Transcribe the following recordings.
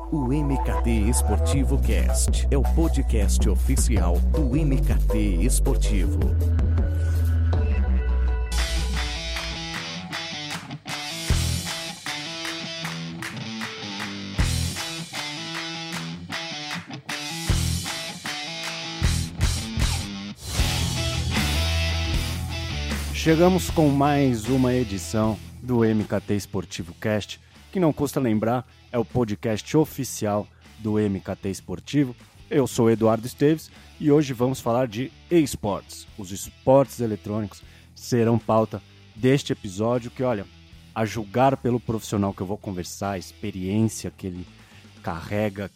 O MKT Esportivo Cast é o podcast oficial do MKT Esportivo. Chegamos com mais uma edição do MKT Esportivo Cast, que não custa lembrar, é o podcast oficial do MKT Esportivo. Eu sou Eduardo Esteves e hoje vamos falar de esportes. Os esportes eletrônicos serão pauta deste episódio que, olha, a julgar pelo profissional que eu vou conversar, a experiência que ele carrega,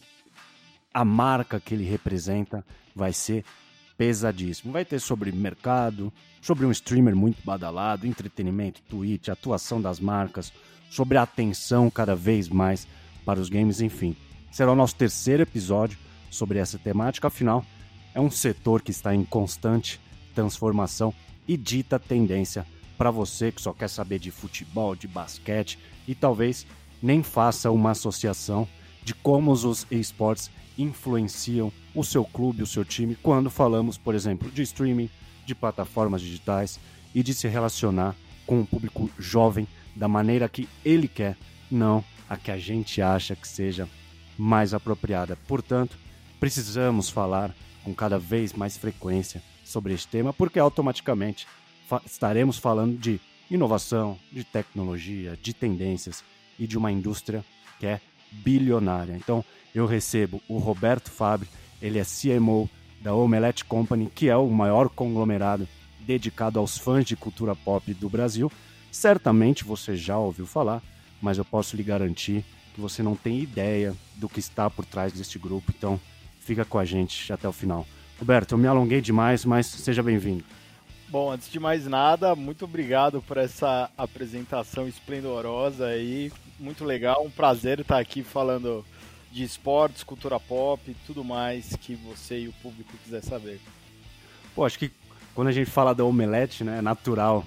a marca que ele representa, vai ser pesadíssimo. Vai ter sobre mercado, sobre um streamer muito badalado, entretenimento, Twitch, atuação das marcas, sobre a atenção cada vez mais para os games, enfim. Será o nosso terceiro episódio sobre essa temática, afinal, é um setor que está em constante transformação e dita tendência para você que só quer saber de futebol, de basquete e talvez nem faça uma associação de como os esportes influenciam o seu clube, o seu time, quando falamos, por exemplo, de streaming, de plataformas digitais e de se relacionar com um público jovem da maneira que ele quer, não a que a gente acha que seja mais apropriada. Portanto, precisamos falar com cada vez mais frequência sobre este tema, porque automaticamente estaremos falando de inovação, de tecnologia, de tendências e de uma indústria que é bilionária. Então, eu recebo o Roberto Fabbri, ele é CMO da Omelete Company, que é o maior conglomerado dedicado aos fãs de cultura pop do Brasil. Certamente você já ouviu falar, mas eu posso lhe garantir que você não tem ideia do que está por trás deste grupo, então fica com a gente até o final. Roberto, eu me alonguei demais, mas seja bem-vindo. Bom, antes de mais nada, muito obrigado por essa apresentação esplendorosa aí, muito legal, um prazer estar aqui falando de esportes, cultura pop, tudo mais que você e o público quiser saber. Pô, acho que quando a gente fala da Omelete, né, é natural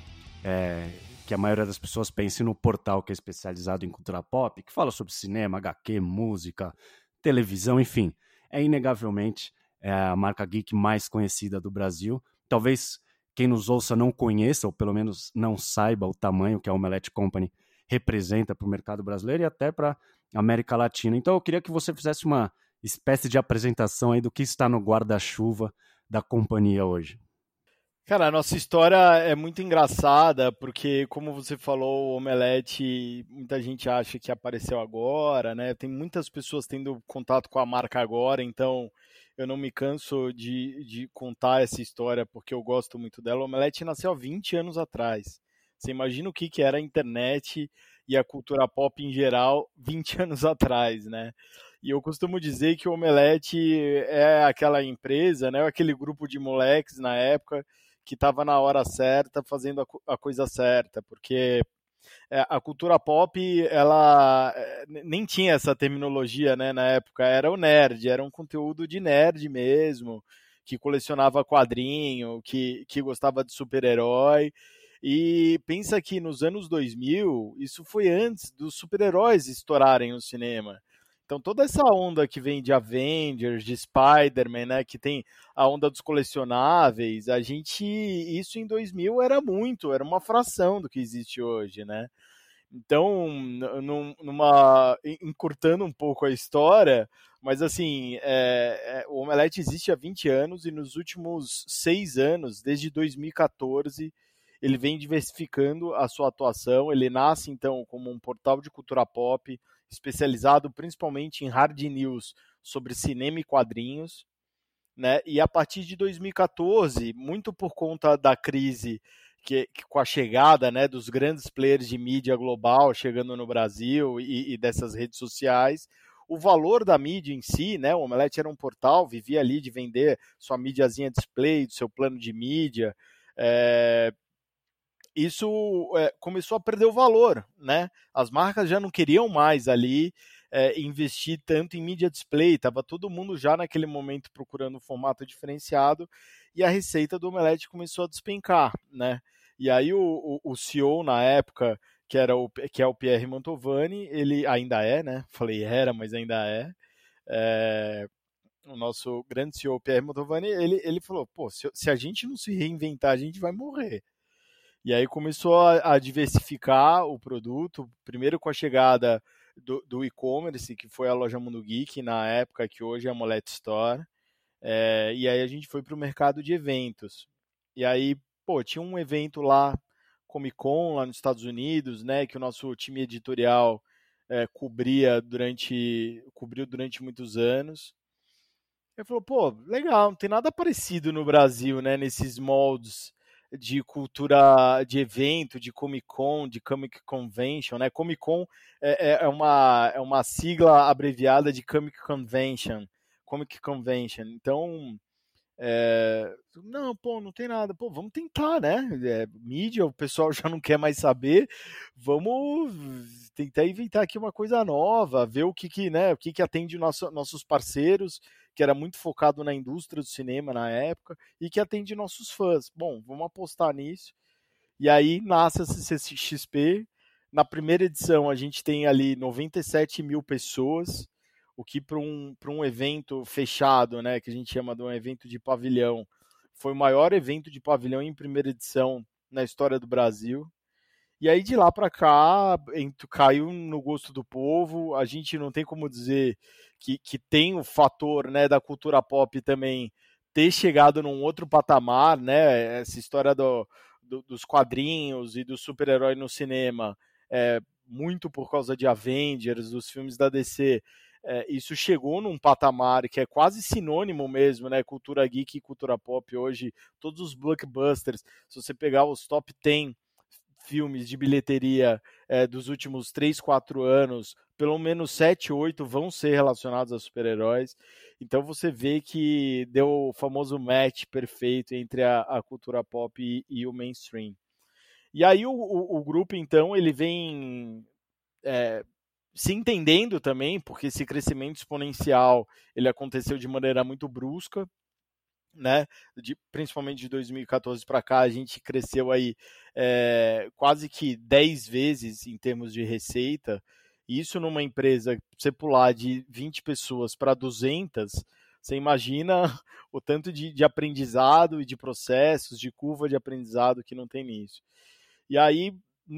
que a maioria das pessoas pense no portal que é especializado em cultura pop, que fala sobre cinema, HQ, música, televisão, enfim. É inegavelmente a marca geek mais conhecida do Brasil. Talvez quem nos ouça não conheça, ou pelo menos não saiba o tamanho que a Omelete Company representa para o mercado brasileiro e até para a América Latina. Então eu queria que você fizesse uma espécie de apresentação aí do que está no guarda-chuva da companhia hoje. Cara, a nossa história é muito engraçada, porque, como você falou, o Omelete, muita gente acha que apareceu agora, né? Tem muitas pessoas tendo contato com a marca agora, então eu não me canso de contar essa história, porque eu gosto muito dela. O Omelete nasceu há 20 anos atrás. Você imagina o que era a internet e a cultura pop em geral 20 anos atrás, né? E eu costumo dizer que o Omelete é aquela empresa, né? Aquele grupo de moleques na época que estava na hora certa, fazendo a coisa certa, porque a cultura pop, ela nem tinha essa terminologia, né, na época, era o nerd, era um conteúdo de nerd mesmo, que colecionava quadrinho, que gostava de super-herói, e pensa que nos anos 2000, isso foi antes dos super-heróis estourarem no cinema. Então toda essa onda que vem de Avengers, de Spider-Man, né, que tem a onda dos colecionáveis, isso em 2000 era uma fração do que existe hoje, né? Então, encurtando um pouco a história, mas assim, o Omelete existe há 20 anos e nos últimos 6 anos, desde 2014, ele vem diversificando a sua atuação. Ele nasce, então, como um portal de cultura pop, especializado principalmente em hard news sobre cinema e quadrinhos, né? E a partir de 2014, muito por conta da crise com a chegada, né, dos grandes players de mídia global chegando no Brasil e dessas redes sociais, o valor da mídia em si, né, o Omelete era um portal, vivia ali de vender sua mídiazinha display, do seu plano de mídia, isso começou a perder o valor, né? As marcas já não queriam mais ali investir tanto em mídia display, estava todo mundo já naquele momento procurando um formato diferenciado e a receita do Omelete começou a despencar, né? E aí o CEO na época que é o Pierre Mantovani, ele ainda é, né? Falei era, mas ainda é o nosso grande CEO Pierre Mantovani, ele falou, pô, se a gente não se reinventar, a gente vai morrer. E aí começou a diversificar o produto, primeiro com a chegada do e-commerce, que foi a loja Mundo Geek, na época, que hoje é a Molet Store, e aí a gente foi para o mercado de eventos. E aí, pô, tinha um evento lá, Comic Con, lá nos Estados Unidos, né, que o nosso time editorial cobriu durante muitos anos. Ele falou, pô, legal, não tem nada parecido no Brasil, né, nesses moldes de cultura de evento, de Comic Con, de Comic Convention, né? Comic Con é uma sigla abreviada de Comic Convention. Então, não, pô, não tem nada. Pô, vamos tentar, né? Mídia, o pessoal já não quer mais saber. Vamos tentar inventar aqui uma coisa nova, ver o que atende nossos parceiros, que era muito focado na indústria do cinema na época, e que atende nossos fãs. Bom, vamos apostar nisso. E aí nasce a CCXP. Na primeira edição a gente tem ali 97 mil pessoas, o que para um evento fechado, né, que a gente chama de um evento de pavilhão, foi o maior evento de pavilhão em primeira edição na história do Brasil. E aí de lá para cá caiu no gosto do povo. A gente não tem como dizer que tem o fator, né, da cultura pop também ter chegado num outro patamar, né? Essa história dos quadrinhos e do super-herói no cinema, muito por causa de Avengers, dos filmes da DC. Isso chegou num patamar que é quase sinônimo mesmo, né? Cultura geek e cultura pop hoje, todos os blockbusters, se você pegar os top 10 filmes de bilheteria dos últimos 3, 4 anos, pelo menos 7, 8 vão ser relacionados a super-heróis. Então você vê que deu o famoso match perfeito entre a cultura pop e o mainstream. E aí o grupo, então, ele vem se entendendo também, porque esse crescimento exponencial ele aconteceu de maneira muito brusca, né? Principalmente de 2014 para cá, a gente cresceu aí quase que 10 vezes em termos de receita. Isso numa empresa, você pular de 20 pessoas para 200, você imagina o tanto de aprendizado e de processos, de curva de aprendizado que não tem nisso. E aí,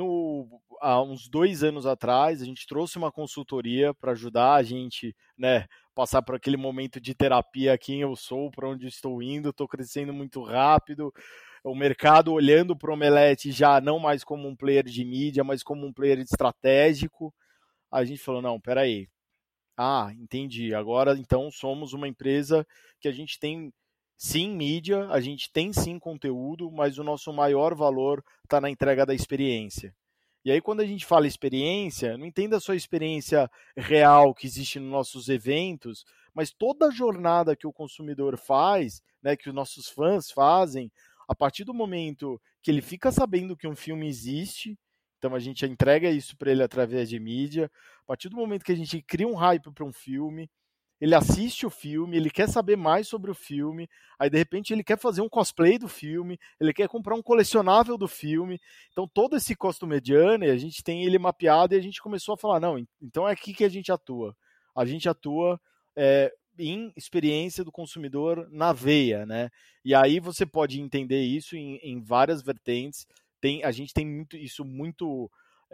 há uns 2 anos atrás, a gente trouxe uma consultoria para ajudar a gente, né, passar por aquele momento de terapia, quem eu sou, para onde estou indo, estou crescendo muito rápido, o mercado olhando para o Omelete já não mais como um player de mídia, mas como um player estratégico. A gente falou, não, peraí, entendi, agora então somos uma empresa que a gente tem sim mídia, a gente tem sim conteúdo, mas o nosso maior valor está na entrega da experiência. E aí, quando a gente fala experiência, não entenda só a experiência real que existe nos nossos eventos, mas toda a jornada que o consumidor faz, né, que os nossos fãs fazem, a partir do momento que ele fica sabendo que um filme existe, então a gente entrega isso para ele através de mídia, a partir do momento que a gente cria um hype para um filme, ele assiste o filme, ele quer saber mais sobre o filme, aí de repente ele quer fazer um cosplay do filme, ele quer comprar um colecionável do filme. Então todo esse customer journey, a gente tem ele mapeado e a gente começou a falar, não, então é aqui que a gente atua. A gente atua em experiência do consumidor na veia, né? E aí você pode entender isso em várias vertentes. A gente tem isso muito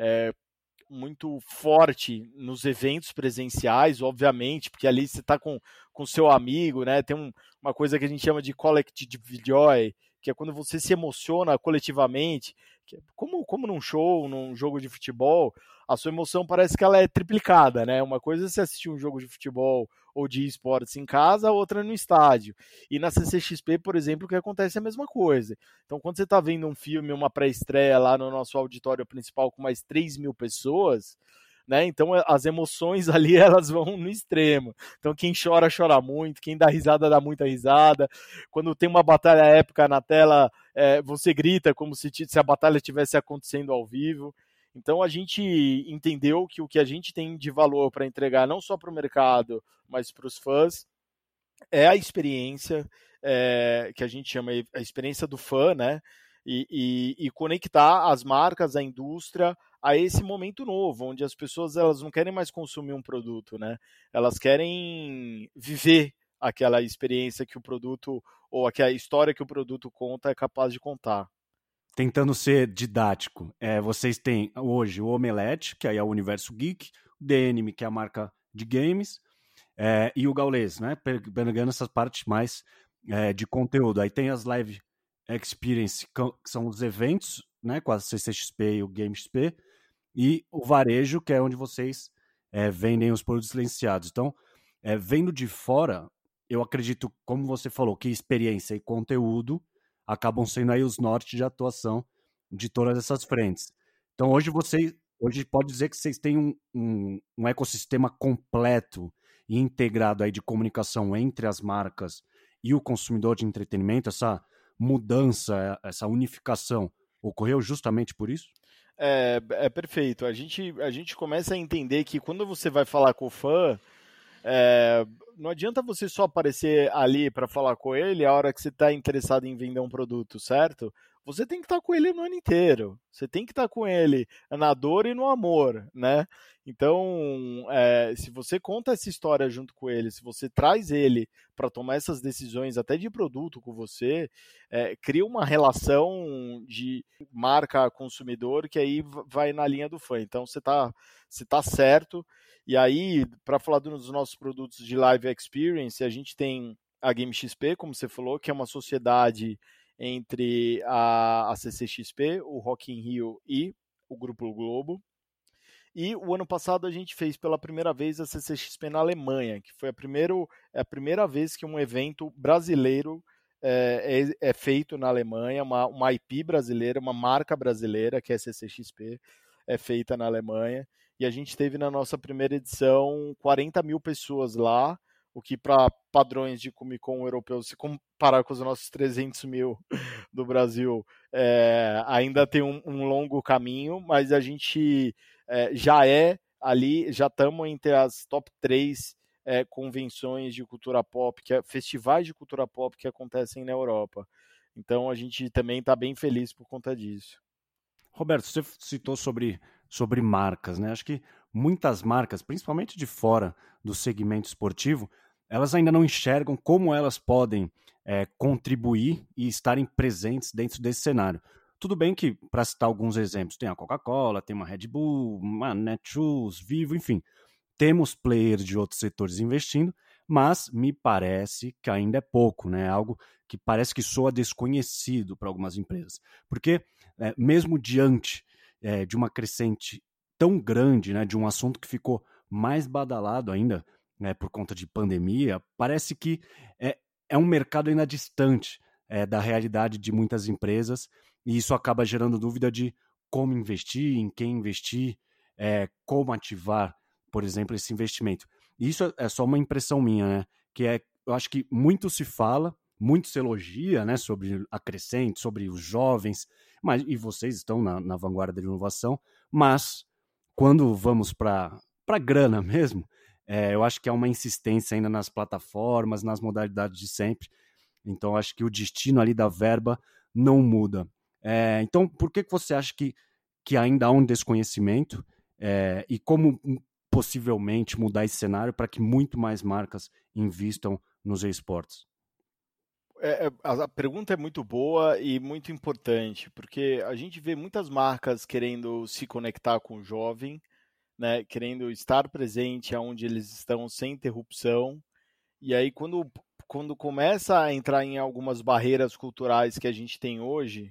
forte nos eventos presenciais, obviamente, porque ali você está com seu amigo, né? Tem uma coisa que a gente chama de collective joy, que é quando você se emociona coletivamente, que como num show, num jogo de futebol, a sua emoção parece que ela é triplicada, né? Uma coisa é você assistir um jogo de futebol ou de esportes em casa, a outra no estádio. E na CCXP, por exemplo, o que acontece é a mesma coisa. Então, quando você está vendo um filme, uma pré-estreia lá no nosso auditório principal com mais 3 mil pessoas, né? Então as emoções ali elas vão no extremo. Então quem chora, chora muito, quem dá risada, dá muita risada. Quando tem uma batalha épica na tela, você grita como se a batalha estivesse acontecendo ao vivo. Então a gente entendeu que o que a gente tem de valor para entregar não só para o mercado, mas para os fãs, é a experiência que a gente chama a experiência do fã, né? E conectar as marcas, a indústria, a esse momento novo, onde as pessoas elas não querem mais consumir um produto, né? Elas querem viver aquela experiência que o produto ou aquela história que o produto conta é capaz de contar. Tentando ser didático, vocês têm hoje o Omelete, que aí é o Universo Geek, o The Enemy, que é a marca de games, e o Gaules, né? Pegando essas partes mais de conteúdo. Aí tem as Live Experience, que são os eventos, né? Com a CCXP e o GameXP, e o varejo, que é onde vocês vendem os produtos licenciados. Então, vendo de fora, eu acredito, como você falou, que experiência e conteúdo acabam sendo aí os nortes de atuação de todas essas frentes. Então, hoje pode dizer que vocês têm um ecossistema completo e integrado aí de comunicação entre as marcas e o consumidor de entretenimento. Essa mudança, essa unificação ocorreu justamente por isso? É perfeito. A gente começa a entender que quando você vai falar com o fã, não adianta você só aparecer ali para falar com ele a hora que você está interessado em vender um produto, certo? Você tem que estar com ele no ano inteiro. Você tem que estar com ele na dor e no amor, né? Então, se você conta essa história junto com ele, se você traz ele para tomar essas decisões até de produto com você, cria uma relação de marca consumidor que aí vai na linha do fã. Então, você tá certo. E aí, para falar dos nossos produtos de live experience, a gente tem a GameXP, como você falou, que é uma sociedade entre a CCXP, o Rock in Rio e o Grupo Globo. E o ano passado a gente fez pela primeira vez a CCXP na Alemanha, que foi a primeira vez que um evento brasileiro é feito na Alemanha, uma IP brasileira, uma marca brasileira, que é a CCXP, é feita na Alemanha. E a gente teve na nossa primeira edição 40 mil pessoas lá, o que para padrões de Comic Con europeu, se comparar com os nossos 300 mil do Brasil, ainda tem um longo caminho, mas a gente já ali, já estamos entre as top 3 convenções de cultura pop, festivais de cultura pop que acontecem na Europa. Então a gente também está bem feliz por conta disso. Roberto, você citou sobre marcas, né? Acho que muitas marcas, principalmente de fora do segmento esportivo, elas ainda não enxergam como elas podem contribuir e estarem presentes dentro desse cenário. Tudo bem que, para citar alguns exemplos, tem a Coca-Cola, tem uma Red Bull, uma Netshoes, Vivo, enfim, temos players de outros setores investindo, mas me parece que ainda é pouco, né? Algo que parece que soa desconhecido para algumas empresas. Porque, mesmo diante de uma crescente tão grande, né, de um assunto que ficou mais badalado ainda, né, por conta de pandemia, parece que é um mercado ainda distante da realidade de muitas empresas, e isso acaba gerando dúvida de como investir, em quem investir, como ativar, por exemplo, esse investimento. E isso é só uma impressão minha, né? Eu acho que muito se fala, muito se elogia, né, sobre a crescente, sobre os jovens, e vocês estão na vanguarda da inovação, mas quando vamos para a grana mesmo, eu acho que há uma insistência ainda nas plataformas, nas modalidades de sempre. Então, acho que o destino ali da verba não muda. Então, por que você acha que ainda há um desconhecimento e como possivelmente mudar esse cenário para que muito mais marcas invistam nos esportes? A pergunta é muito boa e muito importante, porque a gente vê muitas marcas querendo se conectar com o jovem, né, querendo estar presente onde eles estão sem interrupção. E aí, quando começa a entrar em algumas barreiras culturais que a gente tem hoje,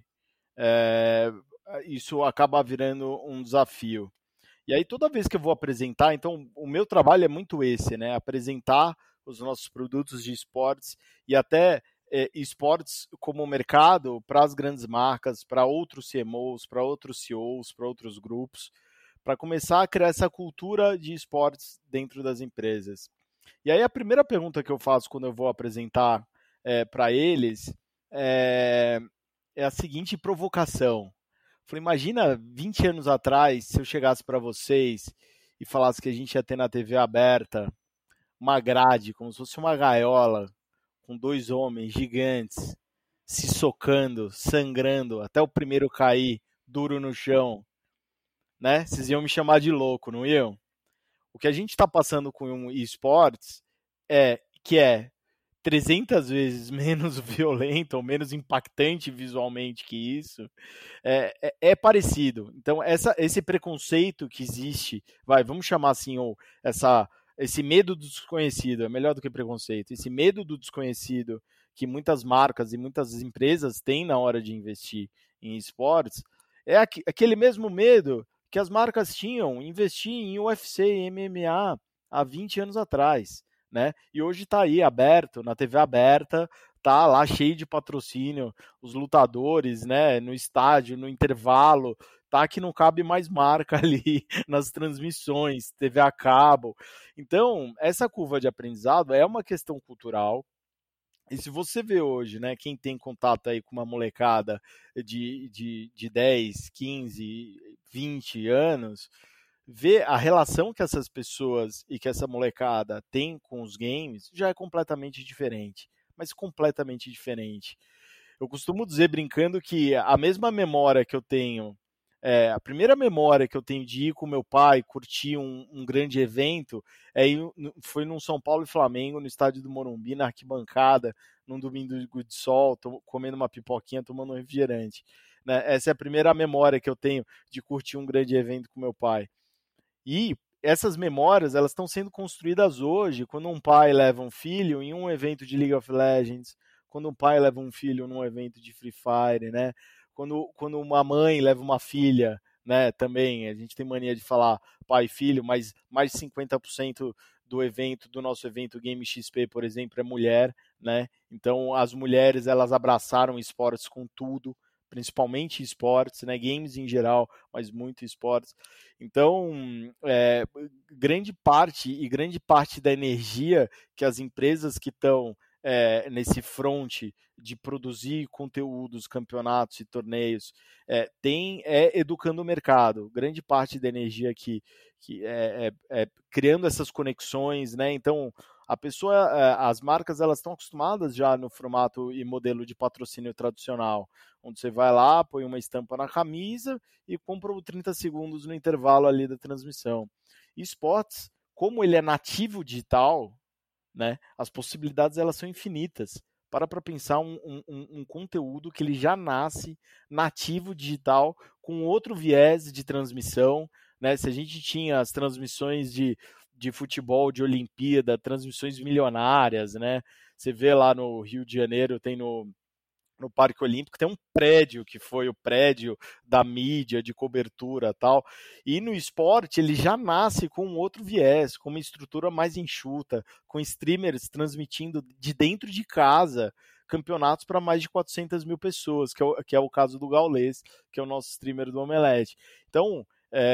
isso acaba virando um desafio. E aí, toda vez que eu vou apresentar, então, o meu trabalho é muito esse, né? Apresentar os nossos produtos de esportes e até esportes como mercado para as grandes marcas, para outros CMOs, para outros CEOs, para outros grupos, para começar a criar essa cultura de esportes dentro das empresas. E aí a primeira pergunta que eu faço quando eu vou apresentar para eles é a seguinte provocação. Falei, imagina 20 anos atrás, se eu chegasse para vocês e falasse que a gente ia ter na TV aberta uma grade, como se fosse uma gaiola, com 2 homens gigantes se socando, sangrando, até o primeiro cair duro no chão. né? Vocês iam me chamar de louco, não iam? O que a gente está passando com o esportes é que é 300 vezes menos violento ou menos impactante visualmente que isso, é parecido. Então, esse preconceito que existe, vamos chamar assim, ou esse medo do desconhecido, é melhor do que preconceito, esse medo do desconhecido que muitas marcas e muitas empresas têm na hora de investir em esportes, é aquele mesmo medo que as marcas tinham em investir em UFC e MMA há 20 anos atrás. Né? E hoje está aí aberto, na TV aberta, tá lá cheio de patrocínio, os lutadores, né, no estádio, no intervalo, tá que não cabe mais marca ali nas transmissões, TV a cabo. Então, essa curva de aprendizado é uma questão cultural. E se você vê hoje, né, quem tem contato aí com uma molecada de 10, 15, 20 anos, ver a relação que essas pessoas e que essa molecada tem com os games já é completamente diferente. Mas completamente diferente. Eu costumo dizer, brincando, que a mesma memória que eu tenho, a primeira memória que eu tenho de ir com meu pai, curtir um grande evento, foi num São Paulo e Flamengo, no estádio do Morumbi, na arquibancada, num domingo de sol, comendo uma pipoquinha, tomando um refrigerante. Né? Essa é a primeira memória que eu tenho de curtir um grande evento com meu pai. E essas memórias, elas estão sendo construídas hoje, quando um pai leva um filho em um evento de League of Legends, quando um pai leva um filho num evento de Free Fire, né? Quando uma mãe leva uma filha, né? Também, a gente tem mania de falar pai e filho, mas mais de 50% do nosso evento Game XP, por exemplo, é mulher, né? Então, as mulheres, elas abraçaram esportes com tudo, principalmente esportes, né? Games em geral, mas muito esportes. Então, grande parte da energia que as empresas que estão nesse front de produzir conteúdos, campeonatos e torneios tem educando o mercado. Grande parte da energia que criando essas conexões, né? Então, as marcas, elas estão acostumadas já no formato e modelo de patrocínio tradicional, onde você vai lá, põe uma estampa na camisa e compra 30 segundos no intervalo ali da transmissão. E esportes, como ele é nativo digital, né, as possibilidades, elas são infinitas. Para pensar um conteúdo que ele já nasce nativo digital, com outro viés de transmissão. Né? Se a gente tinha as transmissões de futebol, de Olimpíada, transmissões milionárias, né? Você vê lá no Rio de Janeiro, tem no Parque Olímpico, tem um prédio que foi o prédio da mídia, de cobertura e tal. E no esporte ele já nasce com um outro viés, com uma estrutura mais enxuta, com streamers transmitindo de dentro de casa campeonatos para mais de 400 mil pessoas, que é o caso do Gaules, que é o nosso streamer do Omelete. Então,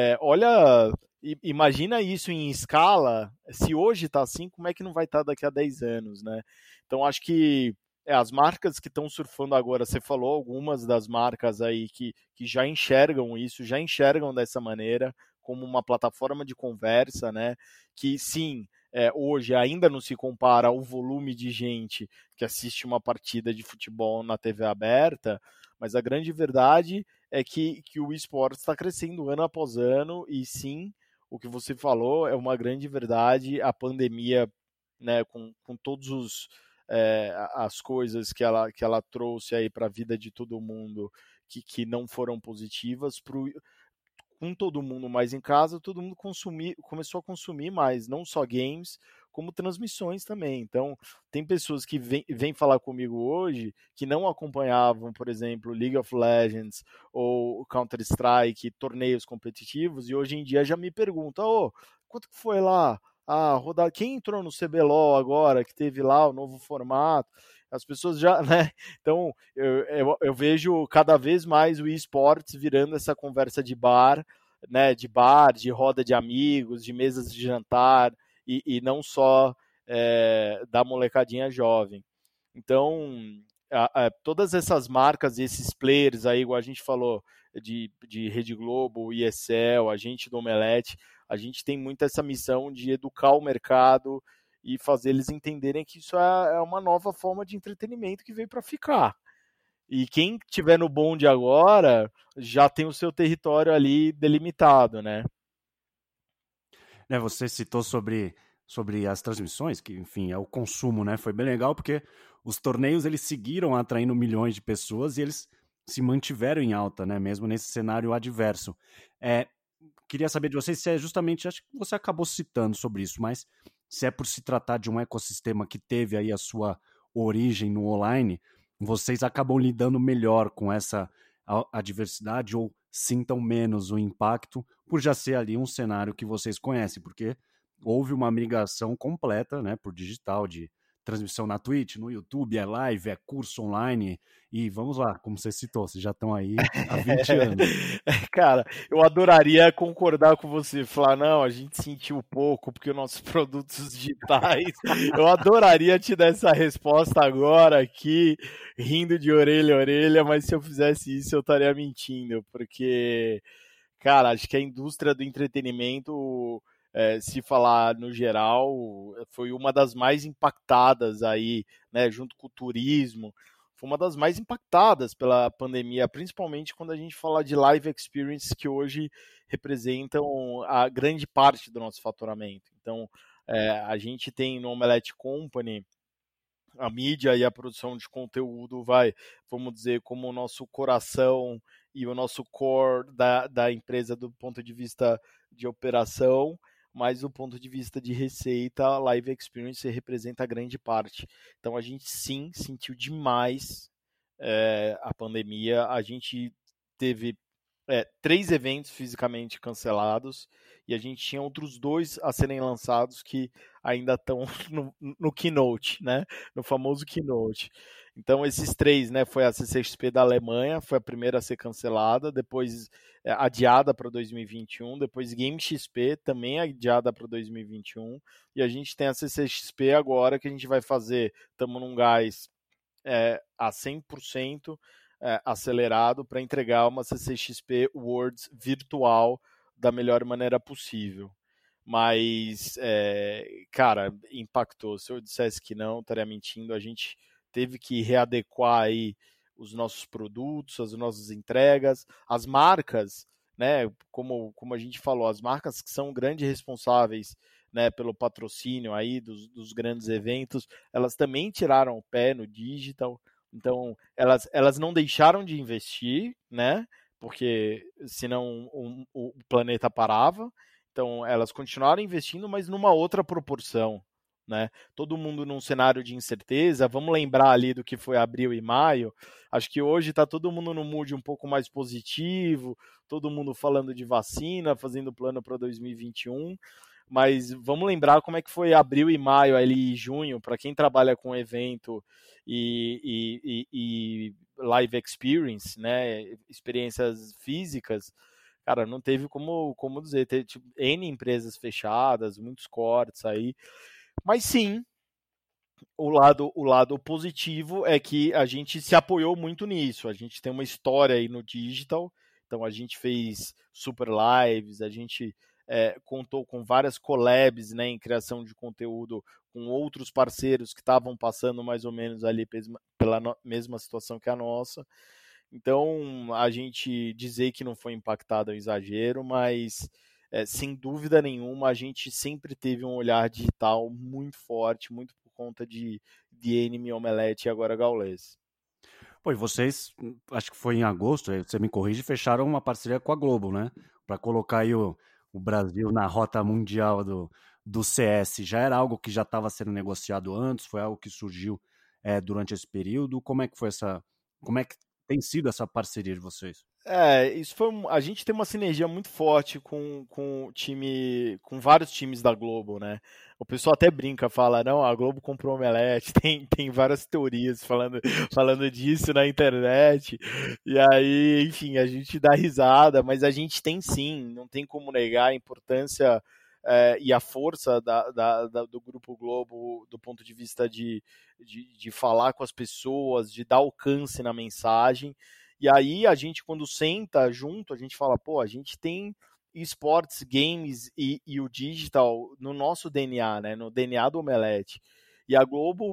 olha, imagina isso em escala, se hoje está assim, como é que não vai estar daqui a 10 anos, né? Então, acho que as marcas que estão surfando agora, você falou algumas das marcas aí que já enxergam isso, já enxergam dessa maneira, como uma plataforma de conversa, né? Que sim, hoje ainda não se compara ao volume de gente que assiste uma partida de futebol na TV aberta, mas a grande verdade é que o esporte está crescendo ano após ano, e sim, o que você falou é uma grande verdade. A pandemia, né, com todos as coisas que ela trouxe aí para a vida de todo mundo que não foram positivas, com todo mundo mais em casa, todo mundo começou a consumir mais, não só games, como transmissões também. Então, tem pessoas que vêm falar comigo hoje que não acompanhavam, por exemplo, League of Legends ou Counter-Strike, torneios competitivos, e hoje em dia já me perguntam, quanto que foi lá a rodada? Quem entrou no CBLOL agora, que teve lá o novo formato? As pessoas já, né? Então, eu vejo cada vez mais o esportes virando essa conversa de bar, né? De roda de amigos, de mesas de jantar, e não só da molecadinha jovem. Então, todas essas marcas e esses players aí, igual a gente falou, de Rede Globo, ESL, a gente do Omelete, a gente tem muito essa missão de educar o mercado e fazer eles entenderem que isso é uma nova forma de entretenimento que veio para ficar. E quem tiver no bonde agora já tem o seu território ali delimitado, né? Você citou sobre as transmissões, que, enfim, é o consumo, né? Foi bem legal porque os torneios eles seguiram atraindo milhões de pessoas e eles se mantiveram em alta, né? Mesmo nesse cenário adverso. Queria saber de vocês se é justamente, acho que você acabou citando sobre isso, mas se é por se tratar de um ecossistema que teve aí a sua origem no online, vocês acabam lidando melhor com essa adversidade ou sintam menos o impacto por já ser ali um cenário que vocês conhecem, porque houve uma migração completa, né, por digital, de transmissão na Twitch, no YouTube, é live, é curso online, e vamos lá, como você citou, vocês já estão aí há 20 anos. Cara, eu adoraria concordar com você, falar, não, a gente sentiu pouco, porque os nossos produtos digitais, eu adoraria te dar essa resposta agora aqui, rindo de orelha a orelha, mas se eu fizesse isso eu estaria mentindo, porque, cara, acho que a indústria do entretenimento, se falar no geral, foi uma das mais impactadas aí, né, junto com o turismo, foi uma das mais impactadas pela pandemia, principalmente quando a gente fala de live experience que hoje representam a grande parte do nosso faturamento. Então, a gente tem no Omelete Company a mídia e a produção de conteúdo vai, vamos dizer, como o nosso coração e o nosso core da empresa do ponto de vista de operação, mas do ponto de vista de receita, a Live Experience representa a grande parte. Então a gente sim sentiu demais a pandemia, a gente teve 3 eventos fisicamente cancelados e a gente tinha outros 2 a serem lançados que ainda estão no Keynote, né? No famoso Keynote. Então esses 3, né? Foi a CCXP da Alemanha, foi a primeira a ser cancelada, depois adiada para 2021, depois Game XP também adiada para 2021 e a gente tem a CCXP agora que a gente vai fazer, estamos num gás a 100%, acelerado para entregar uma CCXP Worlds virtual da melhor maneira possível. Mas, cara, impactou. Se eu dissesse que não, estaria mentindo. A gente teve que readequar aí os nossos produtos, as nossas entregas, as marcas, né? Como a gente falou, as marcas que são grandes responsáveis, né, pelo patrocínio aí dos grandes eventos, elas também tiraram o pé no digital. Então, elas não deixaram de investir, né? Porque senão o planeta parava. Então, elas continuaram investindo, mas numa outra proporção, né? Todo mundo num cenário de incerteza. Vamos lembrar ali do que foi abril e maio. Acho que hoje está todo mundo no mood um pouco mais positivo, todo mundo falando de vacina, fazendo plano para 2021. Mas vamos lembrar como é que foi abril e maio, ali junho, para quem trabalha com evento e live experience, né, experiências físicas, cara, não teve como dizer, teve tipo, N empresas fechadas, muitos cortes aí, mas sim, o lado positivo é que a gente se apoiou muito nisso, a gente tem uma história aí no digital, então a gente fez super lives, a gente contou com várias collabs, né, em criação de conteúdo com outros parceiros que estavam passando mais ou menos ali pela mesma situação que a nossa. Então, a gente dizer que não foi impactado é um exagero, mas sem dúvida nenhuma a gente sempre teve um olhar digital muito forte, muito por conta de Enemy, Omelete e agora Gaules. Pô, e vocês, acho que foi em agosto, você me corrige, fecharam uma parceria com a Globo, né? Para colocar aí o Brasil na rota mundial do CS. Já era algo que já estava sendo negociado antes? Foi algo que surgiu durante esse período? Como é que foi como é que tem sido essa parceria de vocês? Isso foi. A gente tem uma sinergia muito forte com com vários times da Globo, né? O pessoal até brinca, fala, não, a Globo comprou o Omelete, tem várias teorias falando disso na internet. E aí, enfim, a gente dá risada, mas a gente tem sim, não tem como negar a importância e a força do Grupo Globo do ponto de vista de falar com as pessoas, de dar alcance na mensagem. E aí a gente, quando senta junto, a gente fala, pô, a gente tem esportes, games e o digital no nosso DNA, né? No DNA do Omelete. E a Globo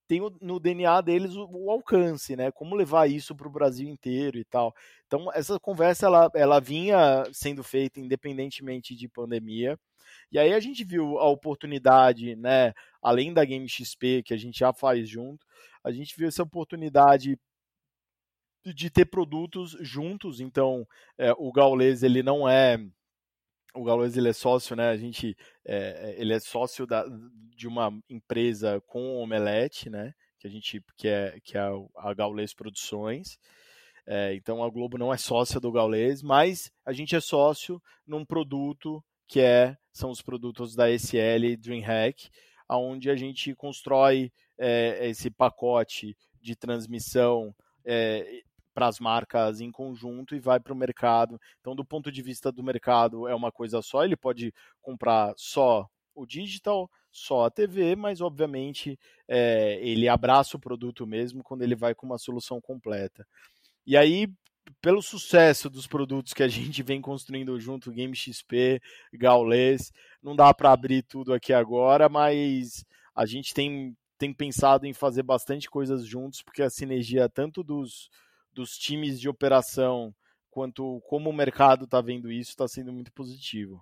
tem no DNA deles o alcance, né? Como levar isso para o Brasil inteiro e tal. Então, essa conversa ela vinha sendo feita independentemente de pandemia. E aí a gente viu a oportunidade, né? Além da Game XP, que a gente já faz junto, a gente viu essa oportunidade de ter produtos juntos. Então, o Gaules, ele não é... O Gaules, ele é sócio, né? Ele é sócio de uma empresa com o Omelete, né? Que é a Gaules Produções. Então a Globo não é sócia do Gaules, mas a gente é sócio num produto são os produtos da SL DreamHack, onde a gente constrói esse pacote de transmissão para as marcas em conjunto e vai para o mercado. Então, do ponto de vista do mercado, é uma coisa só, ele pode comprar só o digital, só a TV, mas obviamente ele abraça o produto mesmo quando ele vai com uma solução completa. E aí, pelo sucesso dos produtos que a gente vem construindo junto, Game XP, Gaules, não dá para abrir tudo aqui agora, mas a gente tem pensado em fazer bastante coisas juntos, porque a sinergia tanto dos times de operação quanto como o mercado está vendo isso está sendo muito positivo.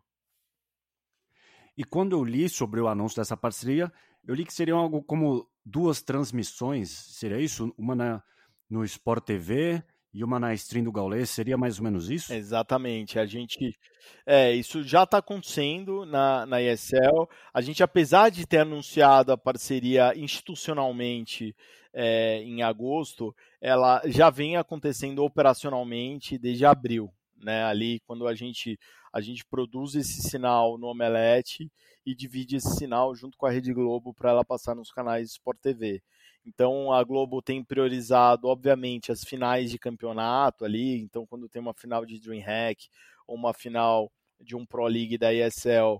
E quando eu li sobre o anúncio dessa parceria, eu li que seriam algo como 2 transmissões, seria isso? Uma no Sport TV e uma na stream do Gaules, seria mais ou menos isso? Exatamente, isso já está acontecendo na ESL. A gente, apesar de ter anunciado a parceria institucionalmente em agosto, ela já vem acontecendo operacionalmente desde abril, né? Ali quando a gente produz esse sinal no Omelete e divide esse sinal junto com a Rede Globo para ela passar nos canais Sport TV. Então a Globo tem priorizado, obviamente, as finais de campeonato ali. Então, quando tem uma final de DreamHack ou uma final de um Pro League da ESL,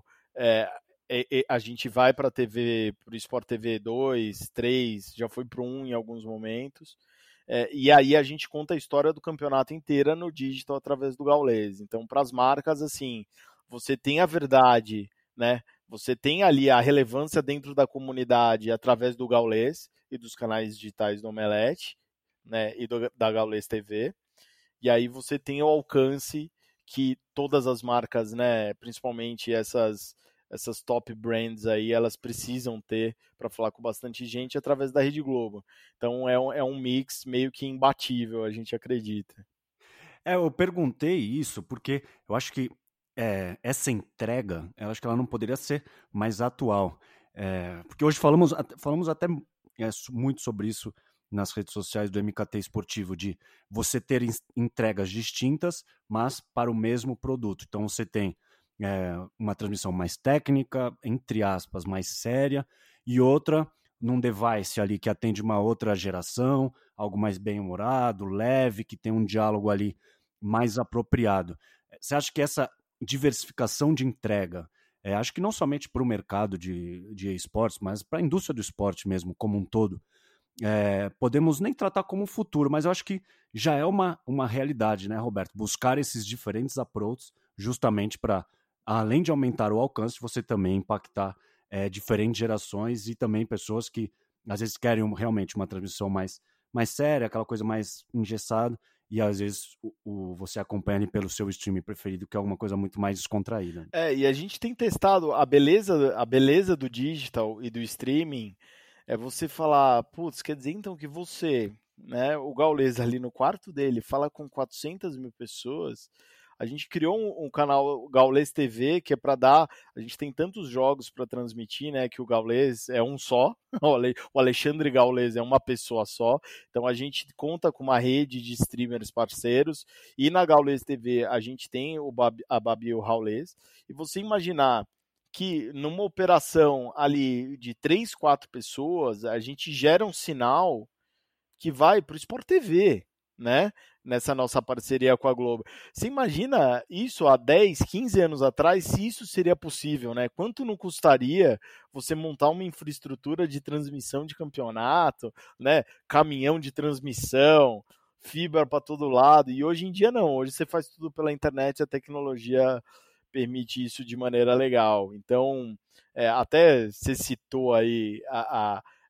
a gente vai para a TV, para o Sport TV 2, 3, já foi para o 1 em alguns momentos. E aí a gente conta a história do campeonato inteira no digital através do Gaules. Então, para as marcas, assim, você tem a verdade, né? Você tem ali a relevância dentro da comunidade através do Gaules e dos canais digitais do Omelete, né, e da Gaules TV. E aí você tem o alcance que todas as marcas, né, principalmente essas top brands aí, elas precisam ter para falar com bastante gente através da Rede Globo. Então é um mix meio que imbatível, a gente acredita. Eu perguntei isso porque eu acho que essa entrega, eu acho que ela não poderia ser mais atual. Porque hoje falamos até muito sobre isso nas redes sociais do MKT Esportivo, de você ter entregas distintas, mas para o mesmo produto. Então você tem uma transmissão mais técnica, entre aspas, mais séria, e outra num device ali que atende uma outra geração, algo mais bem-humorado, leve, que tem um diálogo ali mais apropriado. Você acha que essa diversificação de entrega, acho que não somente para o mercado de esportes, mas para a indústria do esporte mesmo, como um todo, podemos nem tratar como futuro, mas eu acho que já é uma realidade, né, Roberto? Buscar esses diferentes approaches justamente para, além de aumentar o alcance, você também impactar diferentes gerações e também pessoas que às vezes querem realmente uma transmissão mais séria, aquela coisa mais engessada, e às vezes você acompanha pelo seu streaming preferido, que é alguma coisa muito mais descontraída. E a gente tem testado a beleza do digital e do streaming. Você falar, putz, quer dizer então que você, né, o Gaules ali no quarto dele, fala com 400 mil pessoas. A gente criou um canal Gaules TV, que é para dar. A gente tem tantos jogos para transmitir, né? Que o Gaules é um só. O Alexandre Gaules é uma pessoa só. Então a gente conta com uma rede de streamers parceiros. E na Gaules TV a gente tem a Babi e o Gaules. E você imaginar que numa operação ali de 3, 4 pessoas, a gente gera um sinal que vai para o Sport TV, né? Nessa nossa parceria com a Globo. Você imagina isso há 10, 15 anos atrás, se isso seria possível, né? Quanto não custaria você montar uma infraestrutura de transmissão de campeonato, né? Caminhão de transmissão, fibra para todo lado. E hoje em dia não, hoje você faz tudo pela internet, a tecnologia permite isso de maneira legal. Então, até você citou aí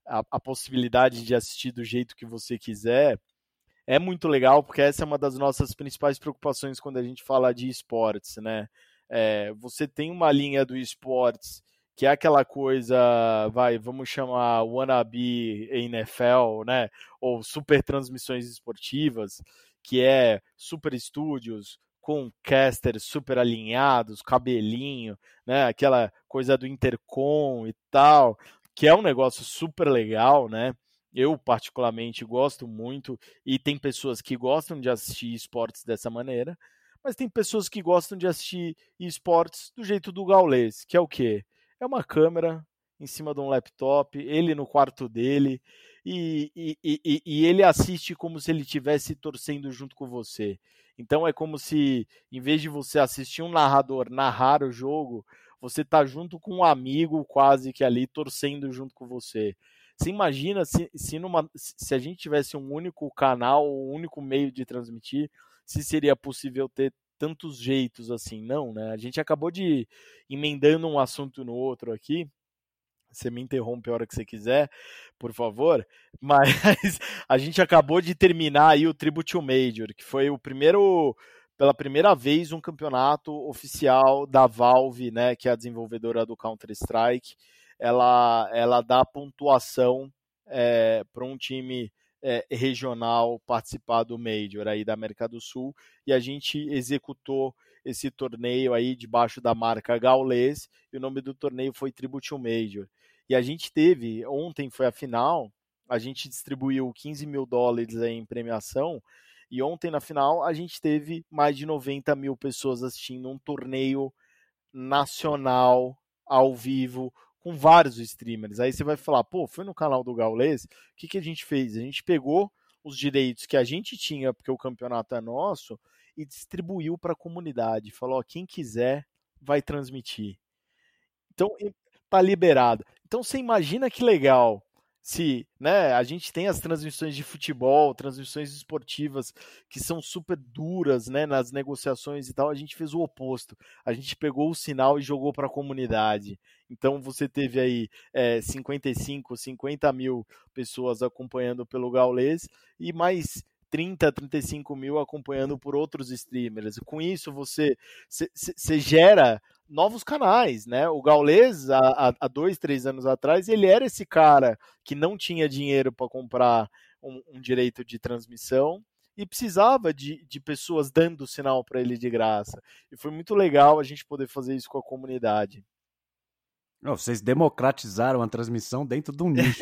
a possibilidade de assistir do jeito que você quiser, é muito legal, porque essa é uma das nossas principais preocupações quando a gente fala de esportes, né? Você tem uma linha do esportes que é aquela coisa, vamos chamar wannabe NFL, né? Ou super transmissões esportivas, que é super estúdios com casters super alinhados, cabelinho, né? Aquela coisa do intercom e tal, que é um negócio super legal, né? Eu, particularmente, gosto muito, e tem pessoas que gostam de assistir esportes dessa maneira, mas tem pessoas que gostam de assistir esportes do jeito do Gaules, que é o quê? É uma câmera em cima de um laptop, ele no quarto dele, e ele assiste como se ele estivesse torcendo junto com você. Então é como se, em vez de você assistir um narrador narrar o jogo, você está junto com um amigo quase que ali torcendo junto com você. Você imagina se a gente tivesse um único canal, um único meio de transmitir, se seria possível ter tantos jeitos assim? Não, né? A gente acabou de emendando um assunto no outro aqui. Você me interrompe a hora que você quiser, por favor. Mas a gente acabou de terminar aí o Tribute to Major, que foi pela primeira vez, um campeonato oficial da Valve, né, que é a desenvolvedora do Counter-Strike. Ela dá pontuação para um time regional participar do Major aí da América do Sul, e a gente executou esse torneio aí debaixo da marca Gaules, e o nome do torneio foi Tribute to Major. E a gente teve, ontem foi a final, a gente distribuiu $15 mil aí em premiação, e ontem na final a gente teve mais de 90 mil pessoas assistindo um torneio nacional, ao vivo, com vários streamers. Aí você vai falar, pô, foi no canal do Gaules, o que a gente fez? A gente pegou os direitos que a gente tinha, porque o campeonato é nosso, e distribuiu para a comunidade. Falou, ó, quem quiser vai transmitir. Então, tá liberado. Então, você imagina que legal se, né, a gente tem as transmissões de futebol, transmissões esportivas que são super duras, né, nas negociações e tal, a gente fez o oposto. A gente pegou o sinal e jogou para a comunidade. Então você teve aí 55, 50 mil pessoas acompanhando pelo Gaules e mais 30, 35 mil acompanhando por outros streamers. Com isso você gera novos canais, né? O Gaules, há 2, 3 anos atrás, ele era esse cara que não tinha dinheiro para comprar um direito de transmissão e precisava de pessoas dando sinal para ele de graça. E foi muito legal a gente poder fazer isso com a comunidade. Vocês democratizaram a transmissão dentro do nicho.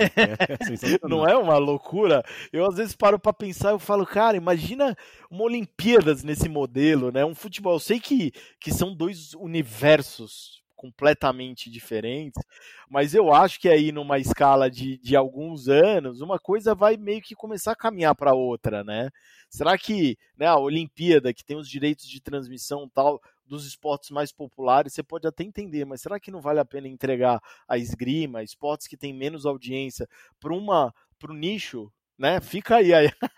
Não é uma loucura? Eu às vezes paro para pensar e eu falo, cara, imagina uma Olimpíadas nesse modelo, né? Um futebol. Eu sei que são dois universos completamente diferentes, mas eu acho que aí numa escala de alguns anos, uma coisa vai meio que começar a caminhar para outra, né? Será que, né, a Olimpíada, que tem os direitos de transmissão tal, dos esportes mais populares, você pode até entender, mas será que não vale a pena entregar a esgrima, esportes que têm menos audiência, para o nicho, né? Fica aí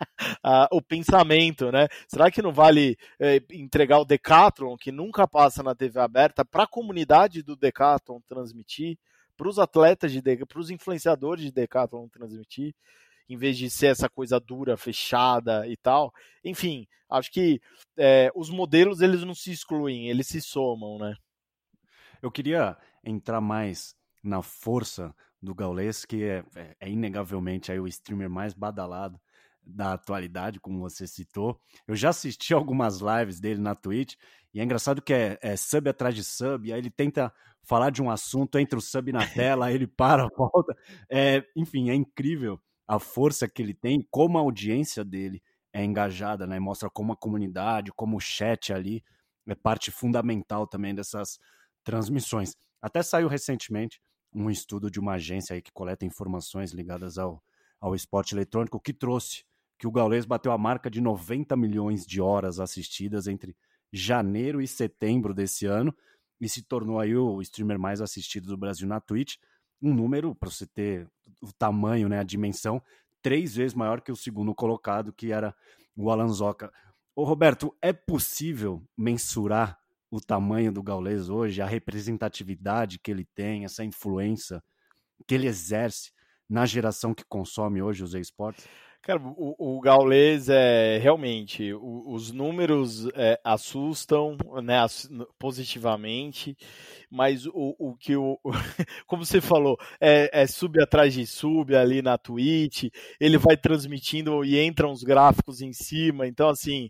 o pensamento, né? Será que não vale entregar o Decathlon, que nunca passa na TV aberta, para a comunidade do Decathlon transmitir, para os atletas para os influenciadores de Decathlon transmitir, em vez de ser essa coisa dura, fechada e tal? Enfim, acho que os modelos eles não se excluem, eles se somam, né? Eu queria entrar mais na força do Gaules, que é inegavelmente aí o streamer mais badalado da atualidade, como você citou. Eu já assisti algumas lives dele na Twitch, e é engraçado que é sub atrás de sub, e aí ele tenta falar de um assunto, entra o sub na tela, aí ele para, volta. Enfim, é incrível a força que ele tem, como a audiência dele é engajada, né? Mostra como a comunidade, como o chat ali é parte fundamental também dessas transmissões. Até saiu recentemente um estudo de uma agência aí que coleta informações ligadas ao esporte eletrônico, que trouxe que o Gaules bateu a marca de 90 milhões de horas assistidas entre janeiro e setembro desse ano, e se tornou aí o streamer mais assistido do Brasil na Twitch, um número, para você ter o tamanho, né, a dimensão, 3 vezes maior que o segundo colocado, que era o Alan Zoca. Ô Roberto, é possível mensurar o tamanho do Gaules hoje, a representatividade que ele tem, essa influência que ele exerce na geração que consome hoje os esportes? Cara, o Gaules realmente, os números assustam, né, positivamente, mas o que como você falou, sub atrás de sub ali na Twitch, ele vai transmitindo e entram os gráficos em cima, então assim,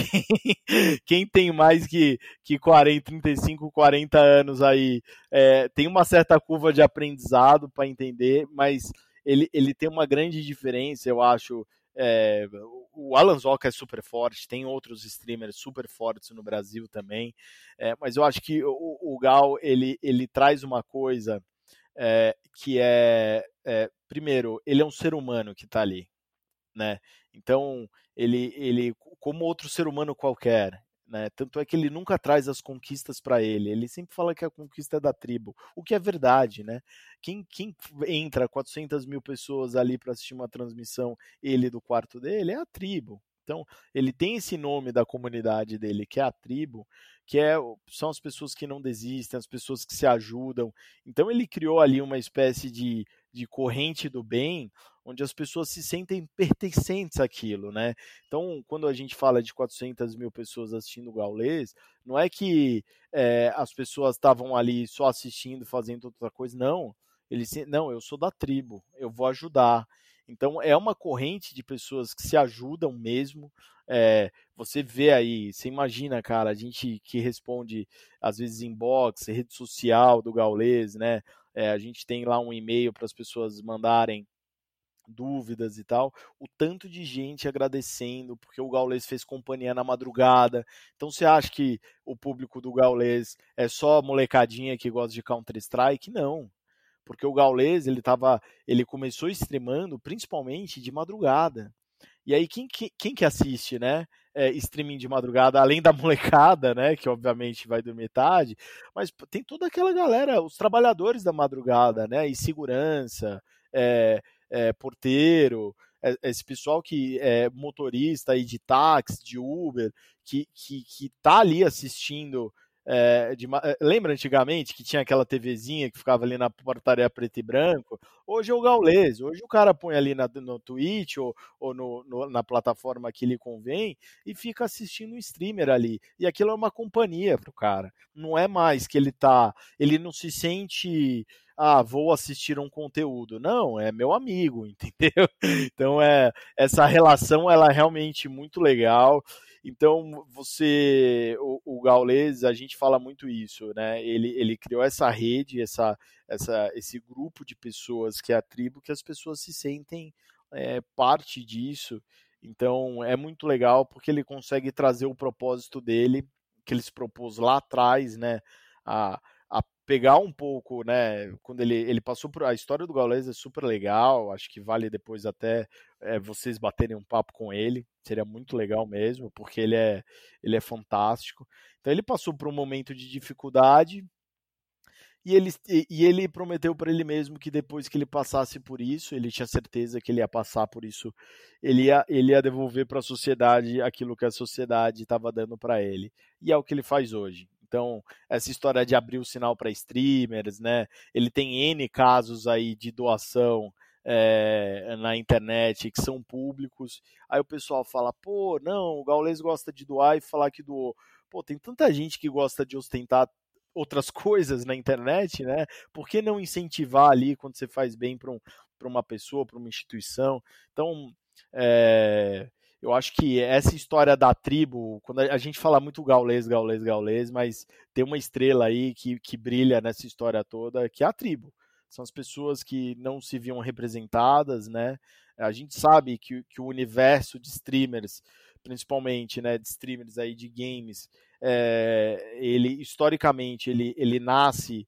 quem tem mais que 40, 35, 40 anos aí, tem uma certa curva de aprendizado para entender, mas ele tem uma grande diferença, eu acho. O Alan Zoca é super forte, tem outros streamers super fortes no Brasil também, mas eu acho que o Gal ele traz uma coisa que primeiro, ele é um ser humano que está ali, né? Então ele como outro ser humano qualquer, né? Tanto é que ele nunca traz as conquistas para ele sempre fala que a conquista é da tribo, o que é verdade, né? Quem entra 400 mil pessoas ali para assistir uma transmissão, ele do quarto dele, é a tribo. Então, ele tem esse nome da comunidade dele, que é a tribo, que são as pessoas que não desistem, as pessoas que se ajudam. Então, ele criou ali uma espécie de corrente do bem, onde as pessoas se sentem pertencentes àquilo, né? Então, quando a gente fala de 400 mil pessoas assistindo o Gaules, não é que as pessoas estavam ali só assistindo, fazendo outra coisa, não. Não, eu sou da tribo, eu vou ajudar. Então, é uma corrente de pessoas que se ajudam mesmo. Você vê aí, você imagina, cara, a gente que responde, às vezes, inbox, rede social do Gaules, né? A gente tem lá um e-mail para as pessoas mandarem dúvidas e tal, o tanto de gente agradecendo, porque o Gaules fez companhia na madrugada. Então você acha que o público do Gaules é só molecadinha que gosta de Counter-Strike? Não. Porque o Gaules, ele começou streamando principalmente de madrugada. E aí quem que assiste, né? Streaming de madrugada, além da molecada, né? Que obviamente vai dormir tarde, mas tem toda aquela galera, os trabalhadores da madrugada, né? E segurança, porteiro, esse pessoal que é motorista aí de táxi, de Uber, que tá ali assistindo. Lembra antigamente que tinha aquela TVzinha que ficava ali na portaria preto e branco? Hoje é o Gaules, hoje o cara põe ali no Twitch ou na plataforma que lhe convém e fica assistindo um streamer ali. E aquilo é uma companhia pro cara. Não é mais que ele não se sente, vou assistir um conteúdo. Não, é meu amigo, entendeu? Então essa relação ela é realmente muito legal. Então, o Gaules, a gente fala muito isso, né? Ele criou essa rede, esse grupo de pessoas que é a tribo, que as pessoas se sentem parte disso. Então, é muito legal porque ele consegue trazer o propósito dele, que ele se propôs lá atrás, né? A pegar um pouco, né? Quando ele passou por. A história do Gaules é super legal, acho que vale depois até vocês baterem um papo com ele, seria muito legal mesmo, porque ele é fantástico. Então ele passou por um momento de dificuldade e ele prometeu para ele mesmo que depois que ele passasse por isso, ele tinha certeza que ele ia passar por isso, ele ia devolver para a sociedade aquilo que a sociedade estava dando para ele. E é o que ele faz hoje. Então, essa história de abrir o sinal para streamers, né? Ele tem N casos aí de doação na internet que são públicos. Aí o pessoal fala, pô, não, o Gaules gosta de doar e falar que doou. Pô, tem tanta gente que gosta de ostentar outras coisas na internet, né? Por que não incentivar ali quando você faz bem para uma pessoa, para uma instituição? Então, eu acho que essa história da tribo, quando a gente fala muito Gaules, mas tem uma estrela aí que brilha nessa história toda, que é a tribo. São as pessoas que não se viam representadas, né? A gente sabe que o universo de streamers, principalmente, né, de streamers aí de games, ele historicamente ele nasce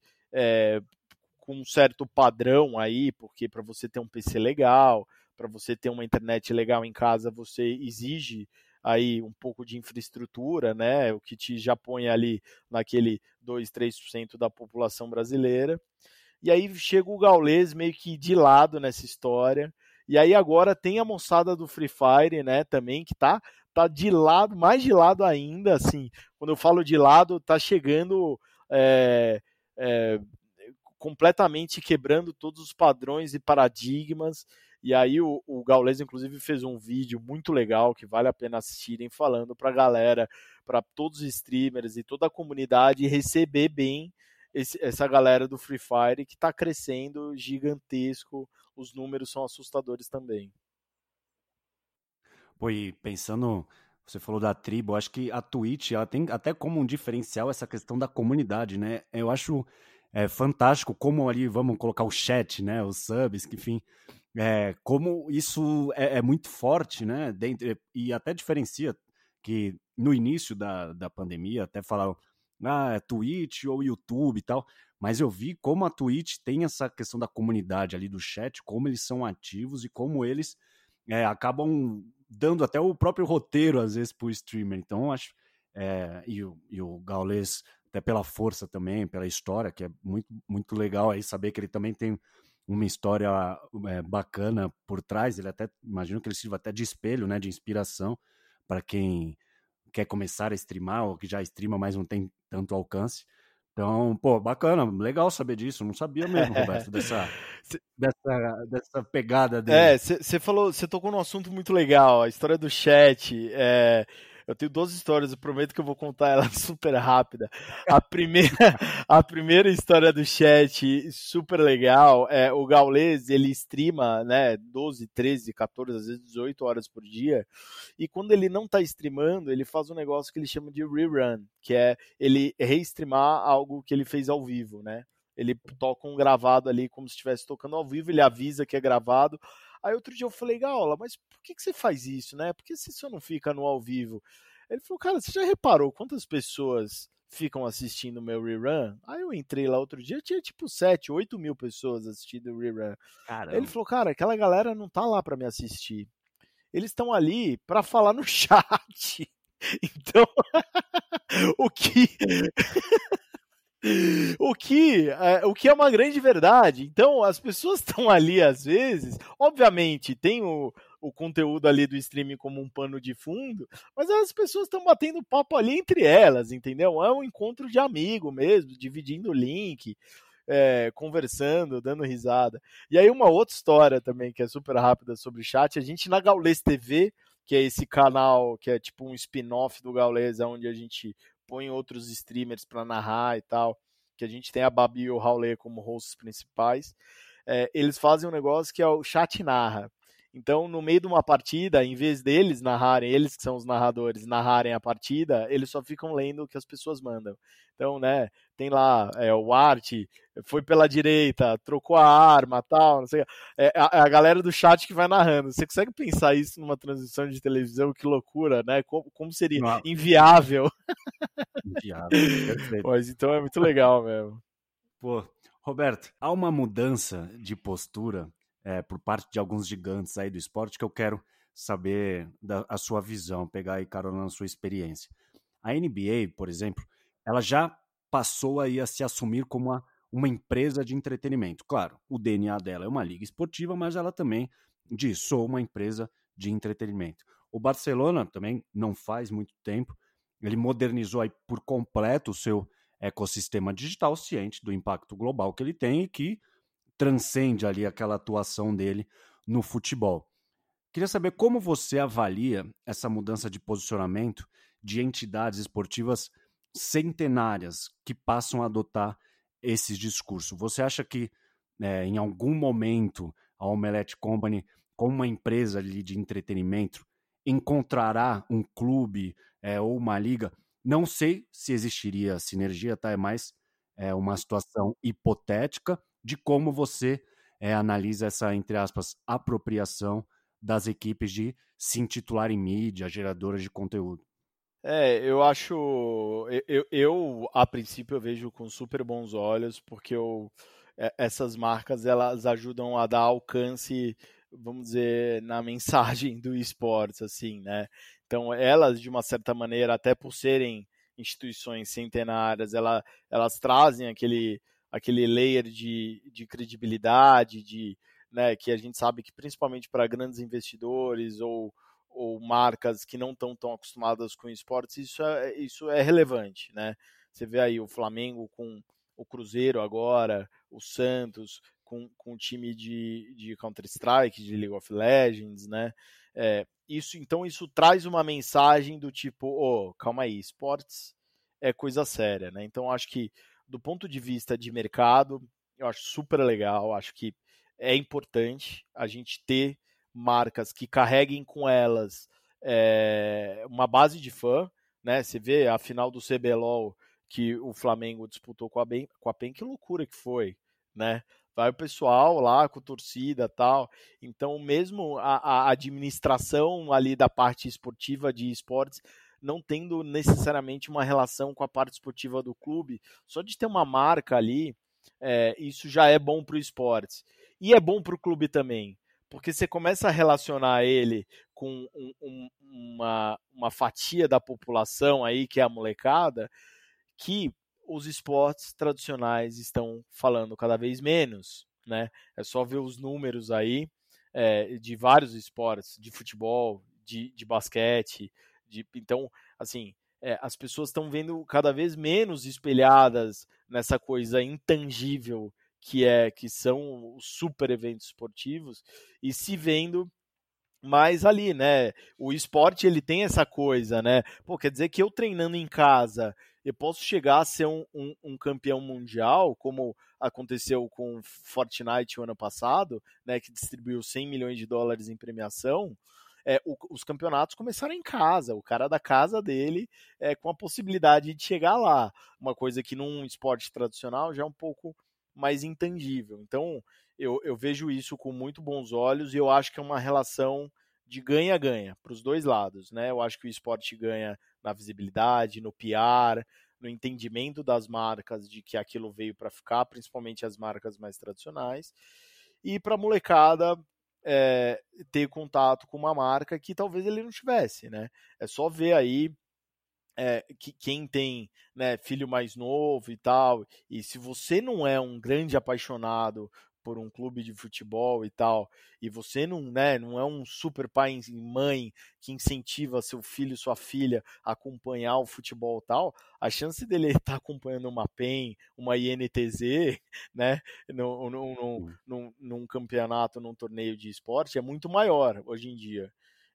com um certo padrão aí, porque para você ter um PC legal, para você ter uma internet legal em casa, você exige aí um pouco de infraestrutura, né? O que te já põe ali naquele 2, 3% da população brasileira. E aí chega o Gaules meio que de lado nessa história. E aí agora tem a moçada do Free Fire, né, também, que tá de lado, mais de lado ainda, assim. Quando eu falo de lado, tá chegando completamente quebrando todos os padrões e paradigmas. E aí o Gaules, inclusive, fez um vídeo muito legal que vale a pena assistirem, falando para a galera, para todos os streamers e toda a comunidade receber bem essa galera do Free Fire, que está crescendo gigantesco, os números são assustadores também. Pô, e pensando, você falou da tribo, acho que a Twitch, ela tem até como um diferencial essa questão da comunidade, né? Eu acho fantástico como ali, vamos colocar o chat, né? Os subs, que, enfim, como isso é muito forte, né? Dentro, e até diferencia que no início da pandemia, até falavam, é Twitch ou YouTube e tal, mas eu vi como a Twitch tem essa questão da comunidade ali do chat, como eles são ativos e como eles acabam dando até o próprio roteiro, às vezes, pro streamer. Então, eu acho. E o Gaules, até pela força também, pela história, que é muito, muito legal aí saber que ele também tem uma história bacana por trás. Ele até, imagino que ele sirva até de espelho, né, de inspiração para quem quer começar a streamar ou que já streama, mas não tem tanto alcance. Então, pô, bacana, legal saber disso. Não sabia mesmo, Roberto, dessa pegada dele. Você tocou num assunto muito legal, a história do chat. Eu tenho 12 histórias, eu prometo que eu vou contar ela super rápida. A primeira, a primeira história do chat, super legal, o Gaules, ele streama, né, 12, 13, 14, às vezes 18 horas por dia, e quando ele não tá streamando, ele faz um negócio que ele chama de rerun, que é ele reestreamar algo que ele fez ao vivo, né? Ele toca um gravado ali como se estivesse tocando ao vivo, ele avisa que é gravado. Aí outro dia eu falei, Gaola, mas por que você faz isso, né? Por que você só não fica no ao vivo? Ele falou, cara, você já reparou quantas pessoas ficam assistindo o meu rerun? Aí eu entrei lá outro dia, tinha tipo 7, 8 mil pessoas assistindo o rerun. Aí ele falou, cara, aquela galera não tá lá pra me assistir. Eles estão ali pra falar no chat. Então, o que o que é uma grande verdade. Então, as pessoas estão ali, às vezes, obviamente, tem o conteúdo ali do streaming como um pano de fundo, mas as pessoas estão batendo papo ali entre elas, entendeu? É um encontro de amigo mesmo, dividindo o link, conversando, dando risada. E aí, uma outra história também, que é super rápida sobre o chat, a gente na Gaules TV, que é esse canal que é tipo um spin-off do Gaules, onde a gente põe outros streamers para narrar e tal, que a gente tem a Babi e o Raulê como hosts principais, eles fazem um negócio que é o chat narra. Então, no meio de uma partida, em vez deles narrarem, eles que são os narradores, narrarem a partida, eles só ficam lendo o que as pessoas mandam. Então, né, tem lá o Art, foi pela direita, trocou a arma, tal, não sei. A galera do chat que vai narrando. Você consegue pensar isso numa transmissão de televisão? Que loucura, né? Como seria? Não, Inviável. inviável, perfeito. Mas então é muito legal mesmo. Pô, Roberto, há uma mudança de postura por parte de alguns gigantes aí do esporte que eu quero saber a sua visão, pegar aí carona na sua experiência. A NBA, por exemplo, ela já passou aí a se assumir como uma empresa de entretenimento. Claro, o DNA dela é uma liga esportiva, mas ela também diz, sou uma empresa de entretenimento. O Barcelona também não faz muito tempo, ele modernizou aí por completo o seu ecossistema digital, ciente do impacto global que ele tem e que transcende ali aquela atuação dele no futebol. Queria saber como você avalia essa mudança de posicionamento de entidades esportivas centenárias que passam a adotar esses discursos. Você acha que em algum momento a Omelete Company, como uma empresa ali de entretenimento, encontrará um clube ou uma liga? Não sei se existiria sinergia, tá? É mais uma situação hipotética de como você analisa essa, entre aspas, apropriação das equipes de se intitular em mídia, geradoras de conteúdo. Eu acho. A princípio, eu vejo com super bons olhos, porque essas marcas elas ajudam a dar alcance, vamos dizer, na mensagem do esportes, assim, né? Então, elas, de uma certa maneira, até por serem instituições centenárias, elas trazem aquele layer de credibilidade, né, que a gente sabe que principalmente para grandes investidores ou marcas que não estão tão acostumadas com esportes, isso é relevante, né? Você vê aí o Flamengo com o Cruzeiro agora, o Santos, com o time de Counter-Strike, de League of Legends, né? Então isso traz uma mensagem do tipo, calma aí, esportes é coisa séria, né? Então acho que do ponto de vista de mercado, eu acho super legal, acho que é importante a gente ter marcas que carreguem com elas uma base de fã, né? Você vê a final do CBLOL que o Flamengo disputou com a PEN, que loucura que foi, né? Vai o pessoal lá com torcida e tal. Então, mesmo a administração ali da parte esportiva de esportes não tendo necessariamente uma relação com a parte esportiva do clube, só de ter uma marca ali, isso já é bom para o esportes. E é bom para o clube também, porque você começa a relacionar ele com uma fatia da população aí, que é a molecada, que os esportes tradicionais estão falando cada vez menos, né? É só ver os números aí de vários esportes, de futebol, de basquete, então, assim, as pessoas estão vendo cada vez menos espelhadas nessa coisa intangível que são os super eventos esportivos e se vendo mais ali, né? O esporte, ele tem essa coisa, né? Pô, quer dizer que eu treinando em casa, eu posso chegar a ser um campeão mundial, como aconteceu com Fortnite o ano passado, né? Que distribuiu $100 milhões em premiação. Os campeonatos começaram em casa, o cara da casa dele com a possibilidade de chegar lá. Uma coisa que num esporte tradicional já é um pouco mais intangível. Então, eu vejo isso com muito bons olhos e eu acho que é uma relação de ganha-ganha para os dois lados, né? Eu acho que o esporte ganha na visibilidade, no PR, no entendimento das marcas de que aquilo veio para ficar, principalmente as marcas mais tradicionais. E para a molecada ter contato com uma marca que talvez ele não tivesse, né? É só ver aí quem tem, né, filho mais novo e tal, e se você não é um grande apaixonado por um clube de futebol e tal, e você não é um super pai e mãe que incentiva seu filho e sua filha a acompanhar o futebol e tal, a chance dele estar acompanhando uma PEN, uma INTZ, né, num campeonato, num torneio de esporte, é muito maior hoje em dia.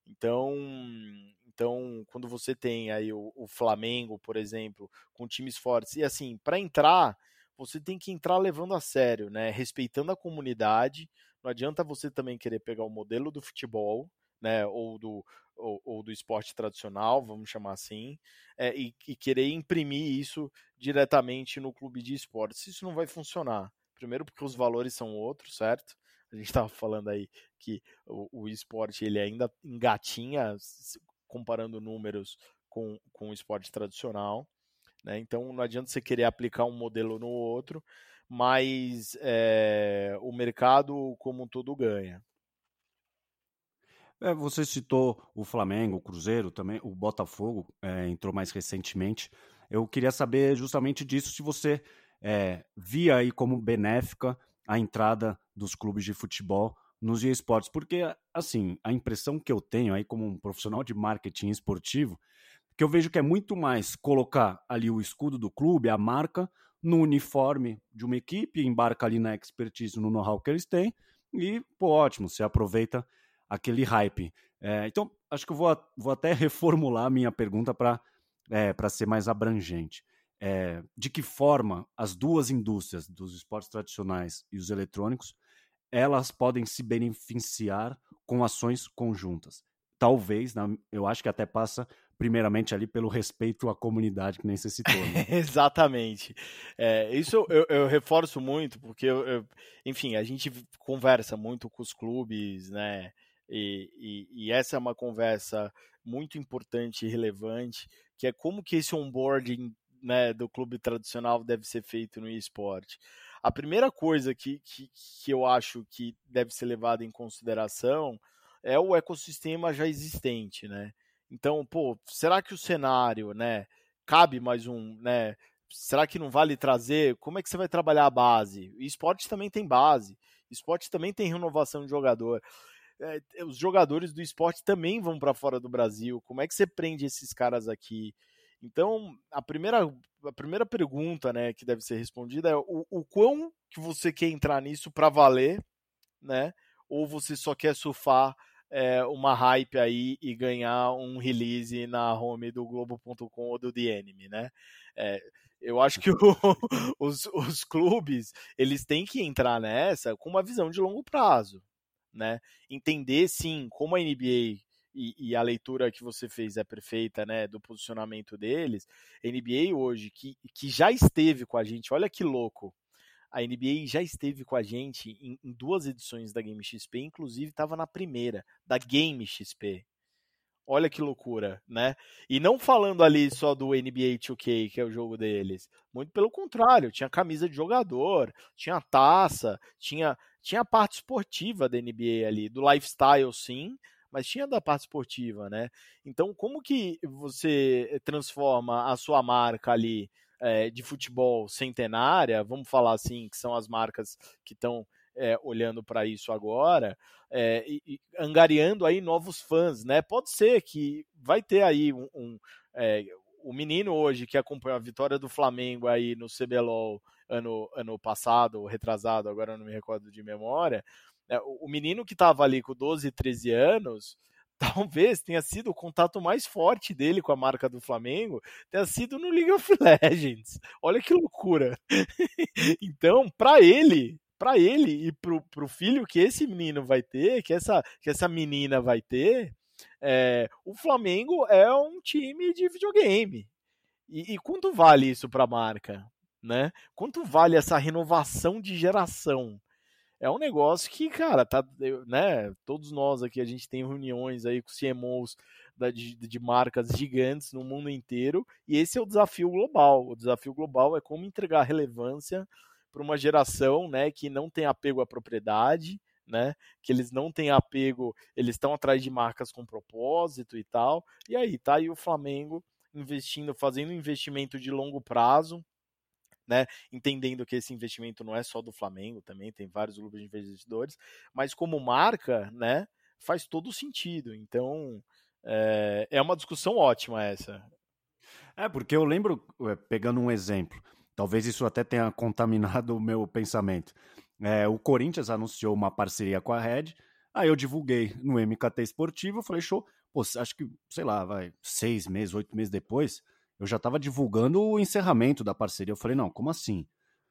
Então, quando você tem aí o Flamengo, por exemplo, com times fortes, e assim, para entrar, você tem que entrar levando a sério, né? Respeitando a comunidade. Não adianta você também querer pegar o modelo do futebol, né? Ou do esporte tradicional, vamos chamar assim, e querer imprimir isso diretamente no clube de esportes. Isso não vai funcionar. Primeiro porque os valores são outros, certo? A gente estava falando aí que o esporte ele ainda engatinha, comparando números com o esporte tradicional, né? Então não adianta você querer aplicar um modelo no outro, mas o mercado como um todo ganha. Você citou o Flamengo, o Cruzeiro também, o Botafogo entrou mais recentemente. Eu queria saber justamente disso, se você via aí como benéfica a entrada dos clubes de futebol nos esportes, porque, assim, a impressão que eu tenho aí como um profissional de marketing esportivo, que eu vejo que é muito mais colocar ali o escudo do clube, a marca, no uniforme de uma equipe, embarca ali na expertise, no know-how que eles têm, e, pô, ótimo, você aproveita aquele hype. Então, acho que eu vou até reformular a minha pergunta para ser mais abrangente. De que forma as duas indústrias, dos esportes tradicionais e os eletrônicos, elas podem se beneficiar com ações conjuntas? Talvez, eu acho que até passa primeiramente ali pelo respeito à comunidade, que nem você citou, né? Exatamente. Isso eu reforço muito, porque, enfim, a gente conversa muito com os clubes, né? E essa é uma conversa muito importante e relevante, que é como que esse onboarding, né, do clube tradicional deve ser feito no esporte. A primeira coisa que eu acho que deve ser levada em consideração é o ecossistema já existente, né? Então, pô, será que o cenário, né, cabe mais né? Será que não vale trazer? Como é que você vai trabalhar a base? O esporte também tem base. O esporte também tem renovação de jogador. Os jogadores do esporte também vão para fora do Brasil. Como é que você prende esses caras aqui? Então, a primeira pergunta, né, que deve ser respondida é o quão que você quer entrar nisso para valer, né? Ou você só quer surfar uma hype aí e ganhar um release na home do Globo.com ou do The Enemy, né? Eu acho que os clubes, eles têm que entrar nessa com uma visão de longo prazo, né? Entender, sim, como a NBA e a leitura que você fez é perfeita, né, do posicionamento deles. A NBA hoje, que já esteve com a gente, olha que louco, a NBA já esteve com a gente em 2 edições da Game XP, inclusive estava na primeira, da Game XP. Olha que loucura, né? E não falando ali só do NBA 2K, que é o jogo deles. Muito pelo contrário, tinha camisa de jogador, tinha taça, tinha a parte esportiva da NBA ali, do lifestyle sim, mas tinha da parte esportiva, né? Então, como que você transforma a sua marca ali de futebol centenária, vamos falar assim, que são as marcas que estão olhando para isso agora, e angariando aí novos fãs, né? Pode ser que vai ter aí o menino hoje que acompanhou a vitória do Flamengo aí no CBLOL ano passado, retrasado, agora eu não me recordo de memória, o menino que estava ali com 12, 13 anos, talvez tenha sido o contato mais forte dele com a marca do Flamengo, tenha sido no League of Legends. Olha que loucura. Então, para ele e pro filho que esse menino vai ter, que essa menina vai ter, o Flamengo é um time de videogame. E quanto vale isso para a marca? Né? Quanto vale essa renovação de geração? É um negócio que, cara, né? Todos nós aqui, a gente tem reuniões aí com CMOs de marcas gigantes no mundo inteiro, e esse é o desafio global. O desafio global é como entregar relevância para uma geração, né, que não tem apego à propriedade, né, que eles não têm apego, eles estão atrás de marcas com propósito e tal, e aí tá aí o Flamengo fazendo um investimento de longo prazo, né, entendendo que esse investimento não é só do Flamengo, também tem vários grupos de investidores, mas como marca, né, faz todo sentido. Então, é uma discussão ótima essa. Porque eu lembro, pegando um exemplo, talvez isso até tenha contaminado o meu pensamento. O Corinthians anunciou uma parceria com a Red, aí eu divulguei no MKT Esportivo, falei, show, pô, acho que, sei lá, 6 meses, 8 meses depois, eu já estava divulgando o encerramento da parceria. Eu falei, não, como assim?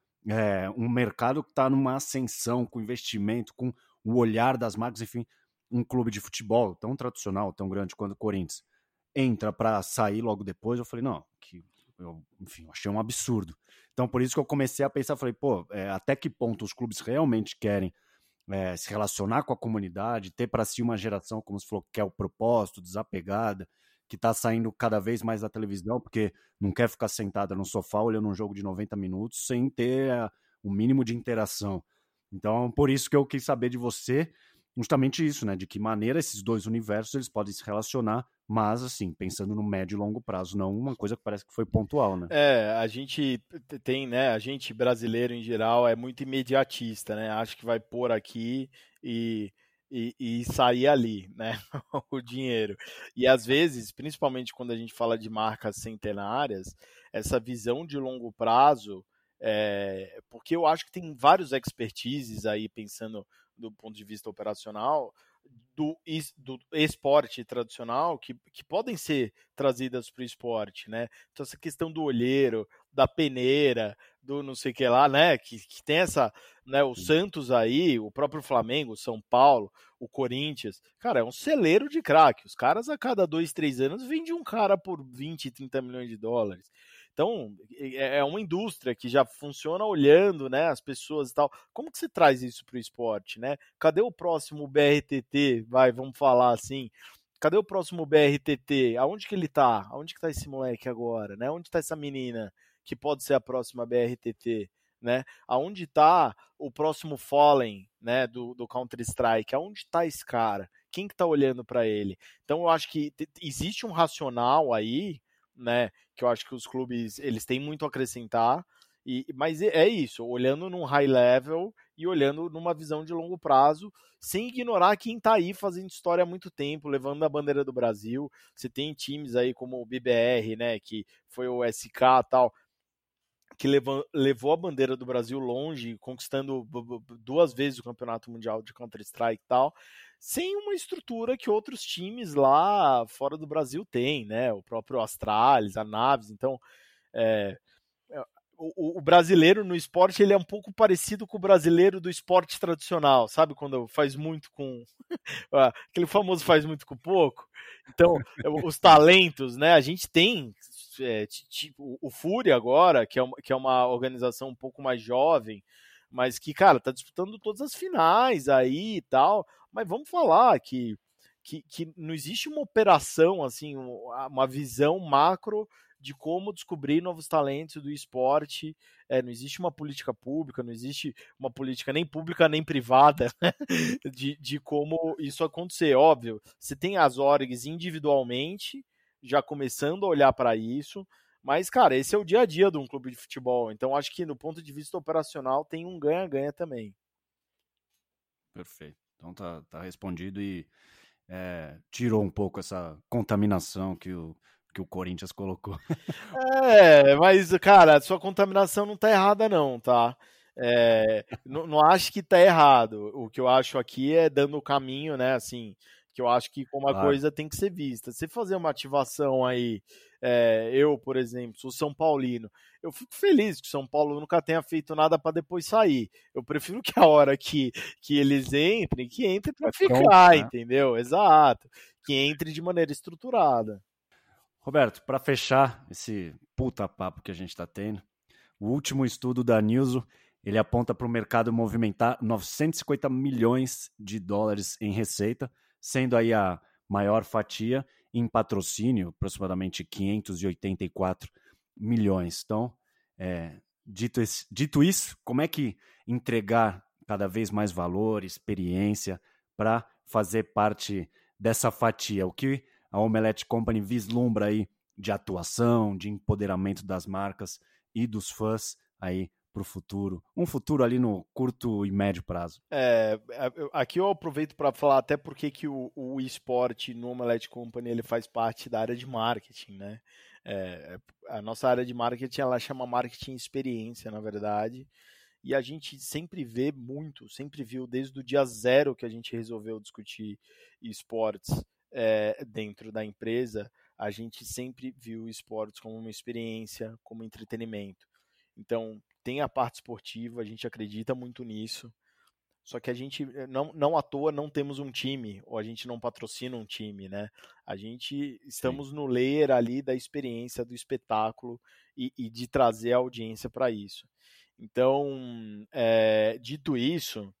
Um mercado que está numa ascensão, com investimento, com o olhar das marcas, enfim, um clube de futebol tão tradicional, tão grande quanto o Corinthians, entra para sair logo depois. Eu falei, não, enfim, achei um absurdo. Então, por isso que eu comecei a pensar, falei, pô, até que ponto os clubes realmente querem se relacionar com a comunidade, ter para si uma geração, como você falou, que é o propósito, desapegada, que está saindo cada vez mais da televisão, porque não quer ficar sentada no sofá olhando um jogo de 90 minutos sem ter o mínimo de interação. Então, por isso que eu quis saber de você justamente isso, né? De que maneira esses dois universos eles podem se relacionar, mas assim, pensando no médio e longo prazo, não uma coisa que parece que foi pontual, né? A gente tem, né? A gente brasileiro em geral é muito imediatista, né? Acho que vai pôr aqui e sair ali, né? O dinheiro. E às vezes, principalmente quando a gente fala de marcas centenárias, essa visão de longo prazo, porque eu acho que tem vários expertises aí, pensando do ponto de vista operacional, do esporte tradicional que podem ser trazidas para o esporte, né? Então essa questão do olheiro, da peneira, do não sei o que lá, né? Que tem essa, né? O Santos aí, o próprio Flamengo, o São Paulo, o Corinthians, cara, é um celeiro de craque. Os caras a cada 2, 3 anos vendem um cara por 20, 30 milhões de dólares. Então, é uma indústria que já funciona olhando, né, as pessoas e tal. Como que você traz isso para o esporte, né? Cadê o próximo BRTT? Vamos falar assim. Cadê o próximo BRTT? Aonde que ele tá? Aonde que tá esse moleque agora, né? Onde tá essa menina que pode ser a próxima BRTT, né? Aonde tá o próximo Fallen, né, do Counter-Strike? Aonde tá esse cara? Quem que tá olhando para ele? Então, eu acho que existe um racional aí, né, que eu acho que os clubes eles têm muito a acrescentar, mas é isso, olhando num high level e olhando numa visão de longo prazo, sem ignorar quem está aí fazendo história há muito tempo, levando a bandeira do Brasil. Você tem times aí como o BBR, né, que foi o SK e tal, que levou a bandeira do Brasil longe, conquistando 2 vezes o Campeonato Mundial de Counter-Strike e tal, sem uma estrutura que outros times lá fora do Brasil têm, né? O próprio Astralis, a Naves. Então, o brasileiro no esporte, ele é um pouco parecido com o brasileiro do esporte tradicional, sabe? Quando faz muito com... aquele famoso faz muito com pouco. Então, os talentos, né? A gente tem tipo o Fúria agora, que é uma organização um pouco mais jovem, mas que, cara, tá disputando todas as finais aí e tal. Mas vamos falar que não existe uma operação, assim, uma visão macro de como descobrir novos talentos do esporte. Não existe uma política pública, não existe uma política nem pública nem privada de como isso acontecer. Óbvio, você tem as orgs individualmente, já começando a olhar para isso, mas, cara, esse é o dia a dia de um clube de futebol. Então, acho que, no ponto de vista operacional, tem um ganha-ganha também. Perfeito. Então, tá respondido e tirou um pouco essa contaminação que o Corinthians colocou. Mas, cara, a sua contaminação não tá errada não, tá? Não acho que tá errado. O que eu acho aqui é dando o caminho, né, assim, que eu acho que como a coisa tem que ser vista. Você fazer uma ativação aí, eu, por exemplo, sou São Paulino, eu fico feliz que o São Paulo nunca tenha feito nada para depois sair. Eu prefiro que a hora que eles entrem, que entre para ficar, né? Entendeu? Exato. Que entre de maneira estruturada. Roberto, para fechar esse puta papo que a gente está tendo, o último estudo da Newzoo, ele aponta para o mercado movimentar 950 milhões de dólares em receita, sendo aí a maior fatia em patrocínio, aproximadamente 584 milhões. Então, dito isso, como é que entregar cada vez mais valor, experiência para fazer parte dessa fatia? O que a Omelete Company vislumbra aí de atuação, de empoderamento das marcas e dos fãs aí para o futuro? Um futuro ali no curto e médio prazo. Aqui eu aproveito para falar até porque que o esporte no Omelete Company ele faz parte da área de marketing, né? A nossa área de marketing ela chama marketing experiência, na verdade. E a gente sempre viu desde o dia zero que a gente resolveu discutir esportes dentro da empresa, a gente sempre viu esportes como uma experiência, como entretenimento. Então, tem a parte esportiva, a gente acredita muito nisso, só que a gente, não à toa, não temos um time, ou a gente não patrocina um time, né? A gente estamos no layer ali da experiência, do espetáculo e de trazer a audiência para isso. Então, dito isso,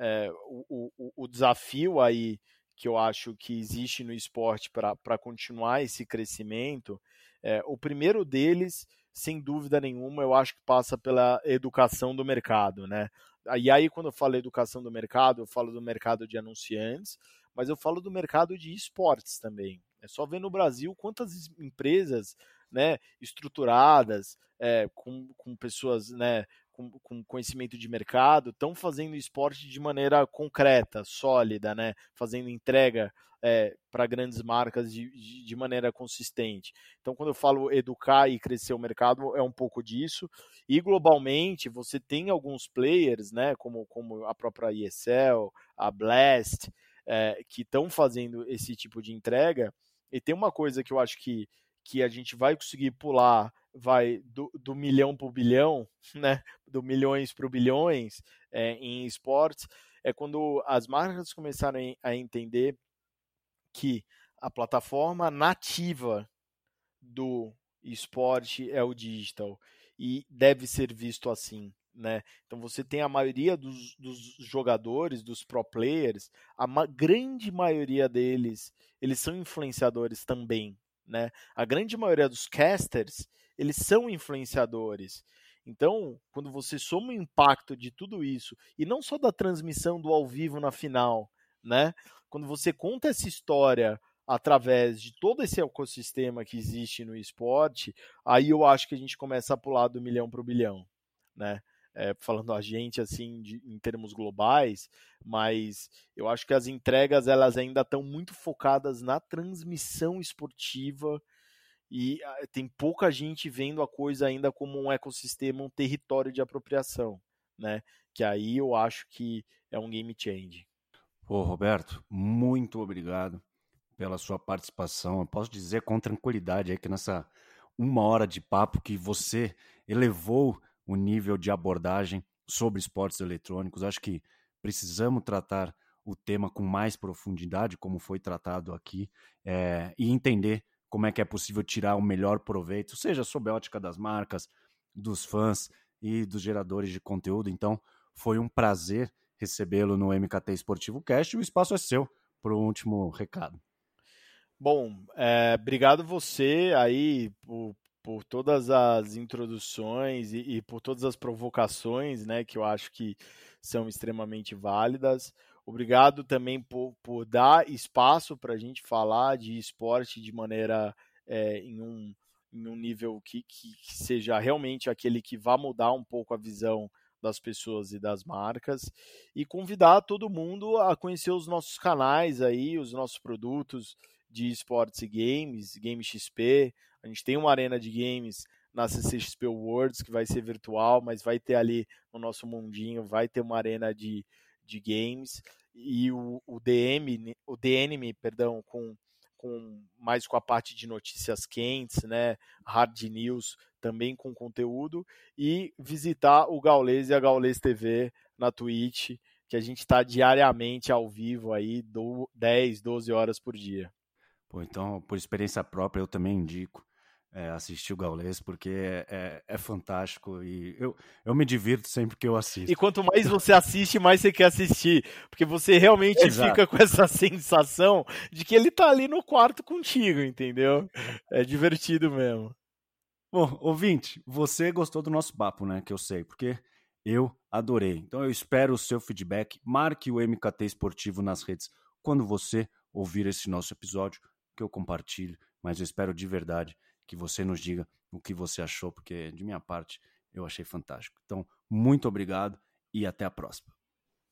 o desafio aí que eu acho que existe no esporte para continuar esse crescimento, o primeiro deles, sem dúvida nenhuma, eu acho que passa pela educação do mercado, né? E aí, quando eu falo educação do mercado, eu falo do mercado de anunciantes, mas eu falo do mercado de esportes também. É só ver no Brasil quantas empresas, né, estruturadas, com pessoas, né, com conhecimento de mercado, estão fazendo esporte de maneira concreta, sólida, né? Fazendo entrega para grandes marcas de maneira consistente. Então, quando eu falo educar e crescer o mercado, é um pouco disso. E globalmente, você tem alguns players, né? Como a própria ESL, a Blast, que estão fazendo esse tipo de entrega. E tem uma coisa que eu acho que a gente vai conseguir pular, vai do milhão para o bilhão, né? Do milhões para o bilhões em esportes, é quando as marcas começarem a entender que a plataforma nativa do esporte é o digital e deve ser visto assim, né? Então você tem a maioria dos jogadores, dos pro players, grande maioria deles, eles são influenciadores também, né? A grande maioria dos casters, eles são influenciadores. Então, quando você soma o impacto de tudo isso, e não só da transmissão do ao vivo na final, né? Quando você conta essa história através de todo esse ecossistema que existe no esporte, aí eu acho que a gente começa a pular do milhão para o bilhão, né? falando a gente assim em termos globais, mas eu acho que as entregas elas ainda estão muito focadas na transmissão esportiva e tem pouca gente vendo a coisa ainda como um ecossistema, um território de apropriação, né? Que aí eu acho que é um game change. Pô, Roberto, muito obrigado pela sua participação. Eu posso dizer com tranquilidade aí que nessa 1 hora de papo que você elevou o nível de abordagem sobre esportes eletrônicos. Acho que precisamos tratar o tema com mais profundidade, como foi tratado aqui, e entender como é que é possível tirar o melhor proveito, seja sob a ótica das marcas, dos fãs e dos geradores de conteúdo. Então, foi um prazer recebê-lo no MKT Esportivo Cast e o espaço é seu para o último recado. Bom, obrigado você aí por todas as introduções e por todas as provocações, né, que eu acho que são extremamente válidas. Obrigado também por dar espaço para a gente falar de esporte de maneira em um nível que seja realmente aquele que vá mudar um pouco a visão das pessoas e das marcas, e convidar todo mundo a conhecer os nossos canais aí, os nossos produtos de esportes e games, Game XP. A gente tem uma arena de games na CCXP Worlds, que vai ser virtual, mas vai ter ali no nosso mundinho, vai ter uma arena de games, e o DNM, perdão, com mais com a parte de notícias quentes, né, hard news, também com conteúdo, e visitar o Gaules e a Gaules TV na Twitch, que a gente está diariamente ao vivo aí, 10, 12 horas por dia. Pô, então, por experiência própria, eu também indico assistir o Gaules, porque é fantástico e eu me divirto sempre que eu assisto. E quanto mais você assiste, mais você quer assistir, porque você realmente fica com essa sensação de que ele tá ali no quarto contigo, entendeu? É divertido mesmo. Bom, ouvinte, você gostou do nosso papo, né? Que eu sei, porque eu adorei. Então eu espero o seu feedback. Marque o MKT Esportivo nas redes quando você ouvir esse nosso episódio, que eu compartilho, mas eu espero de verdade que você nos diga o que você achou, porque de minha parte eu achei fantástico. Então, muito obrigado e até a próxima.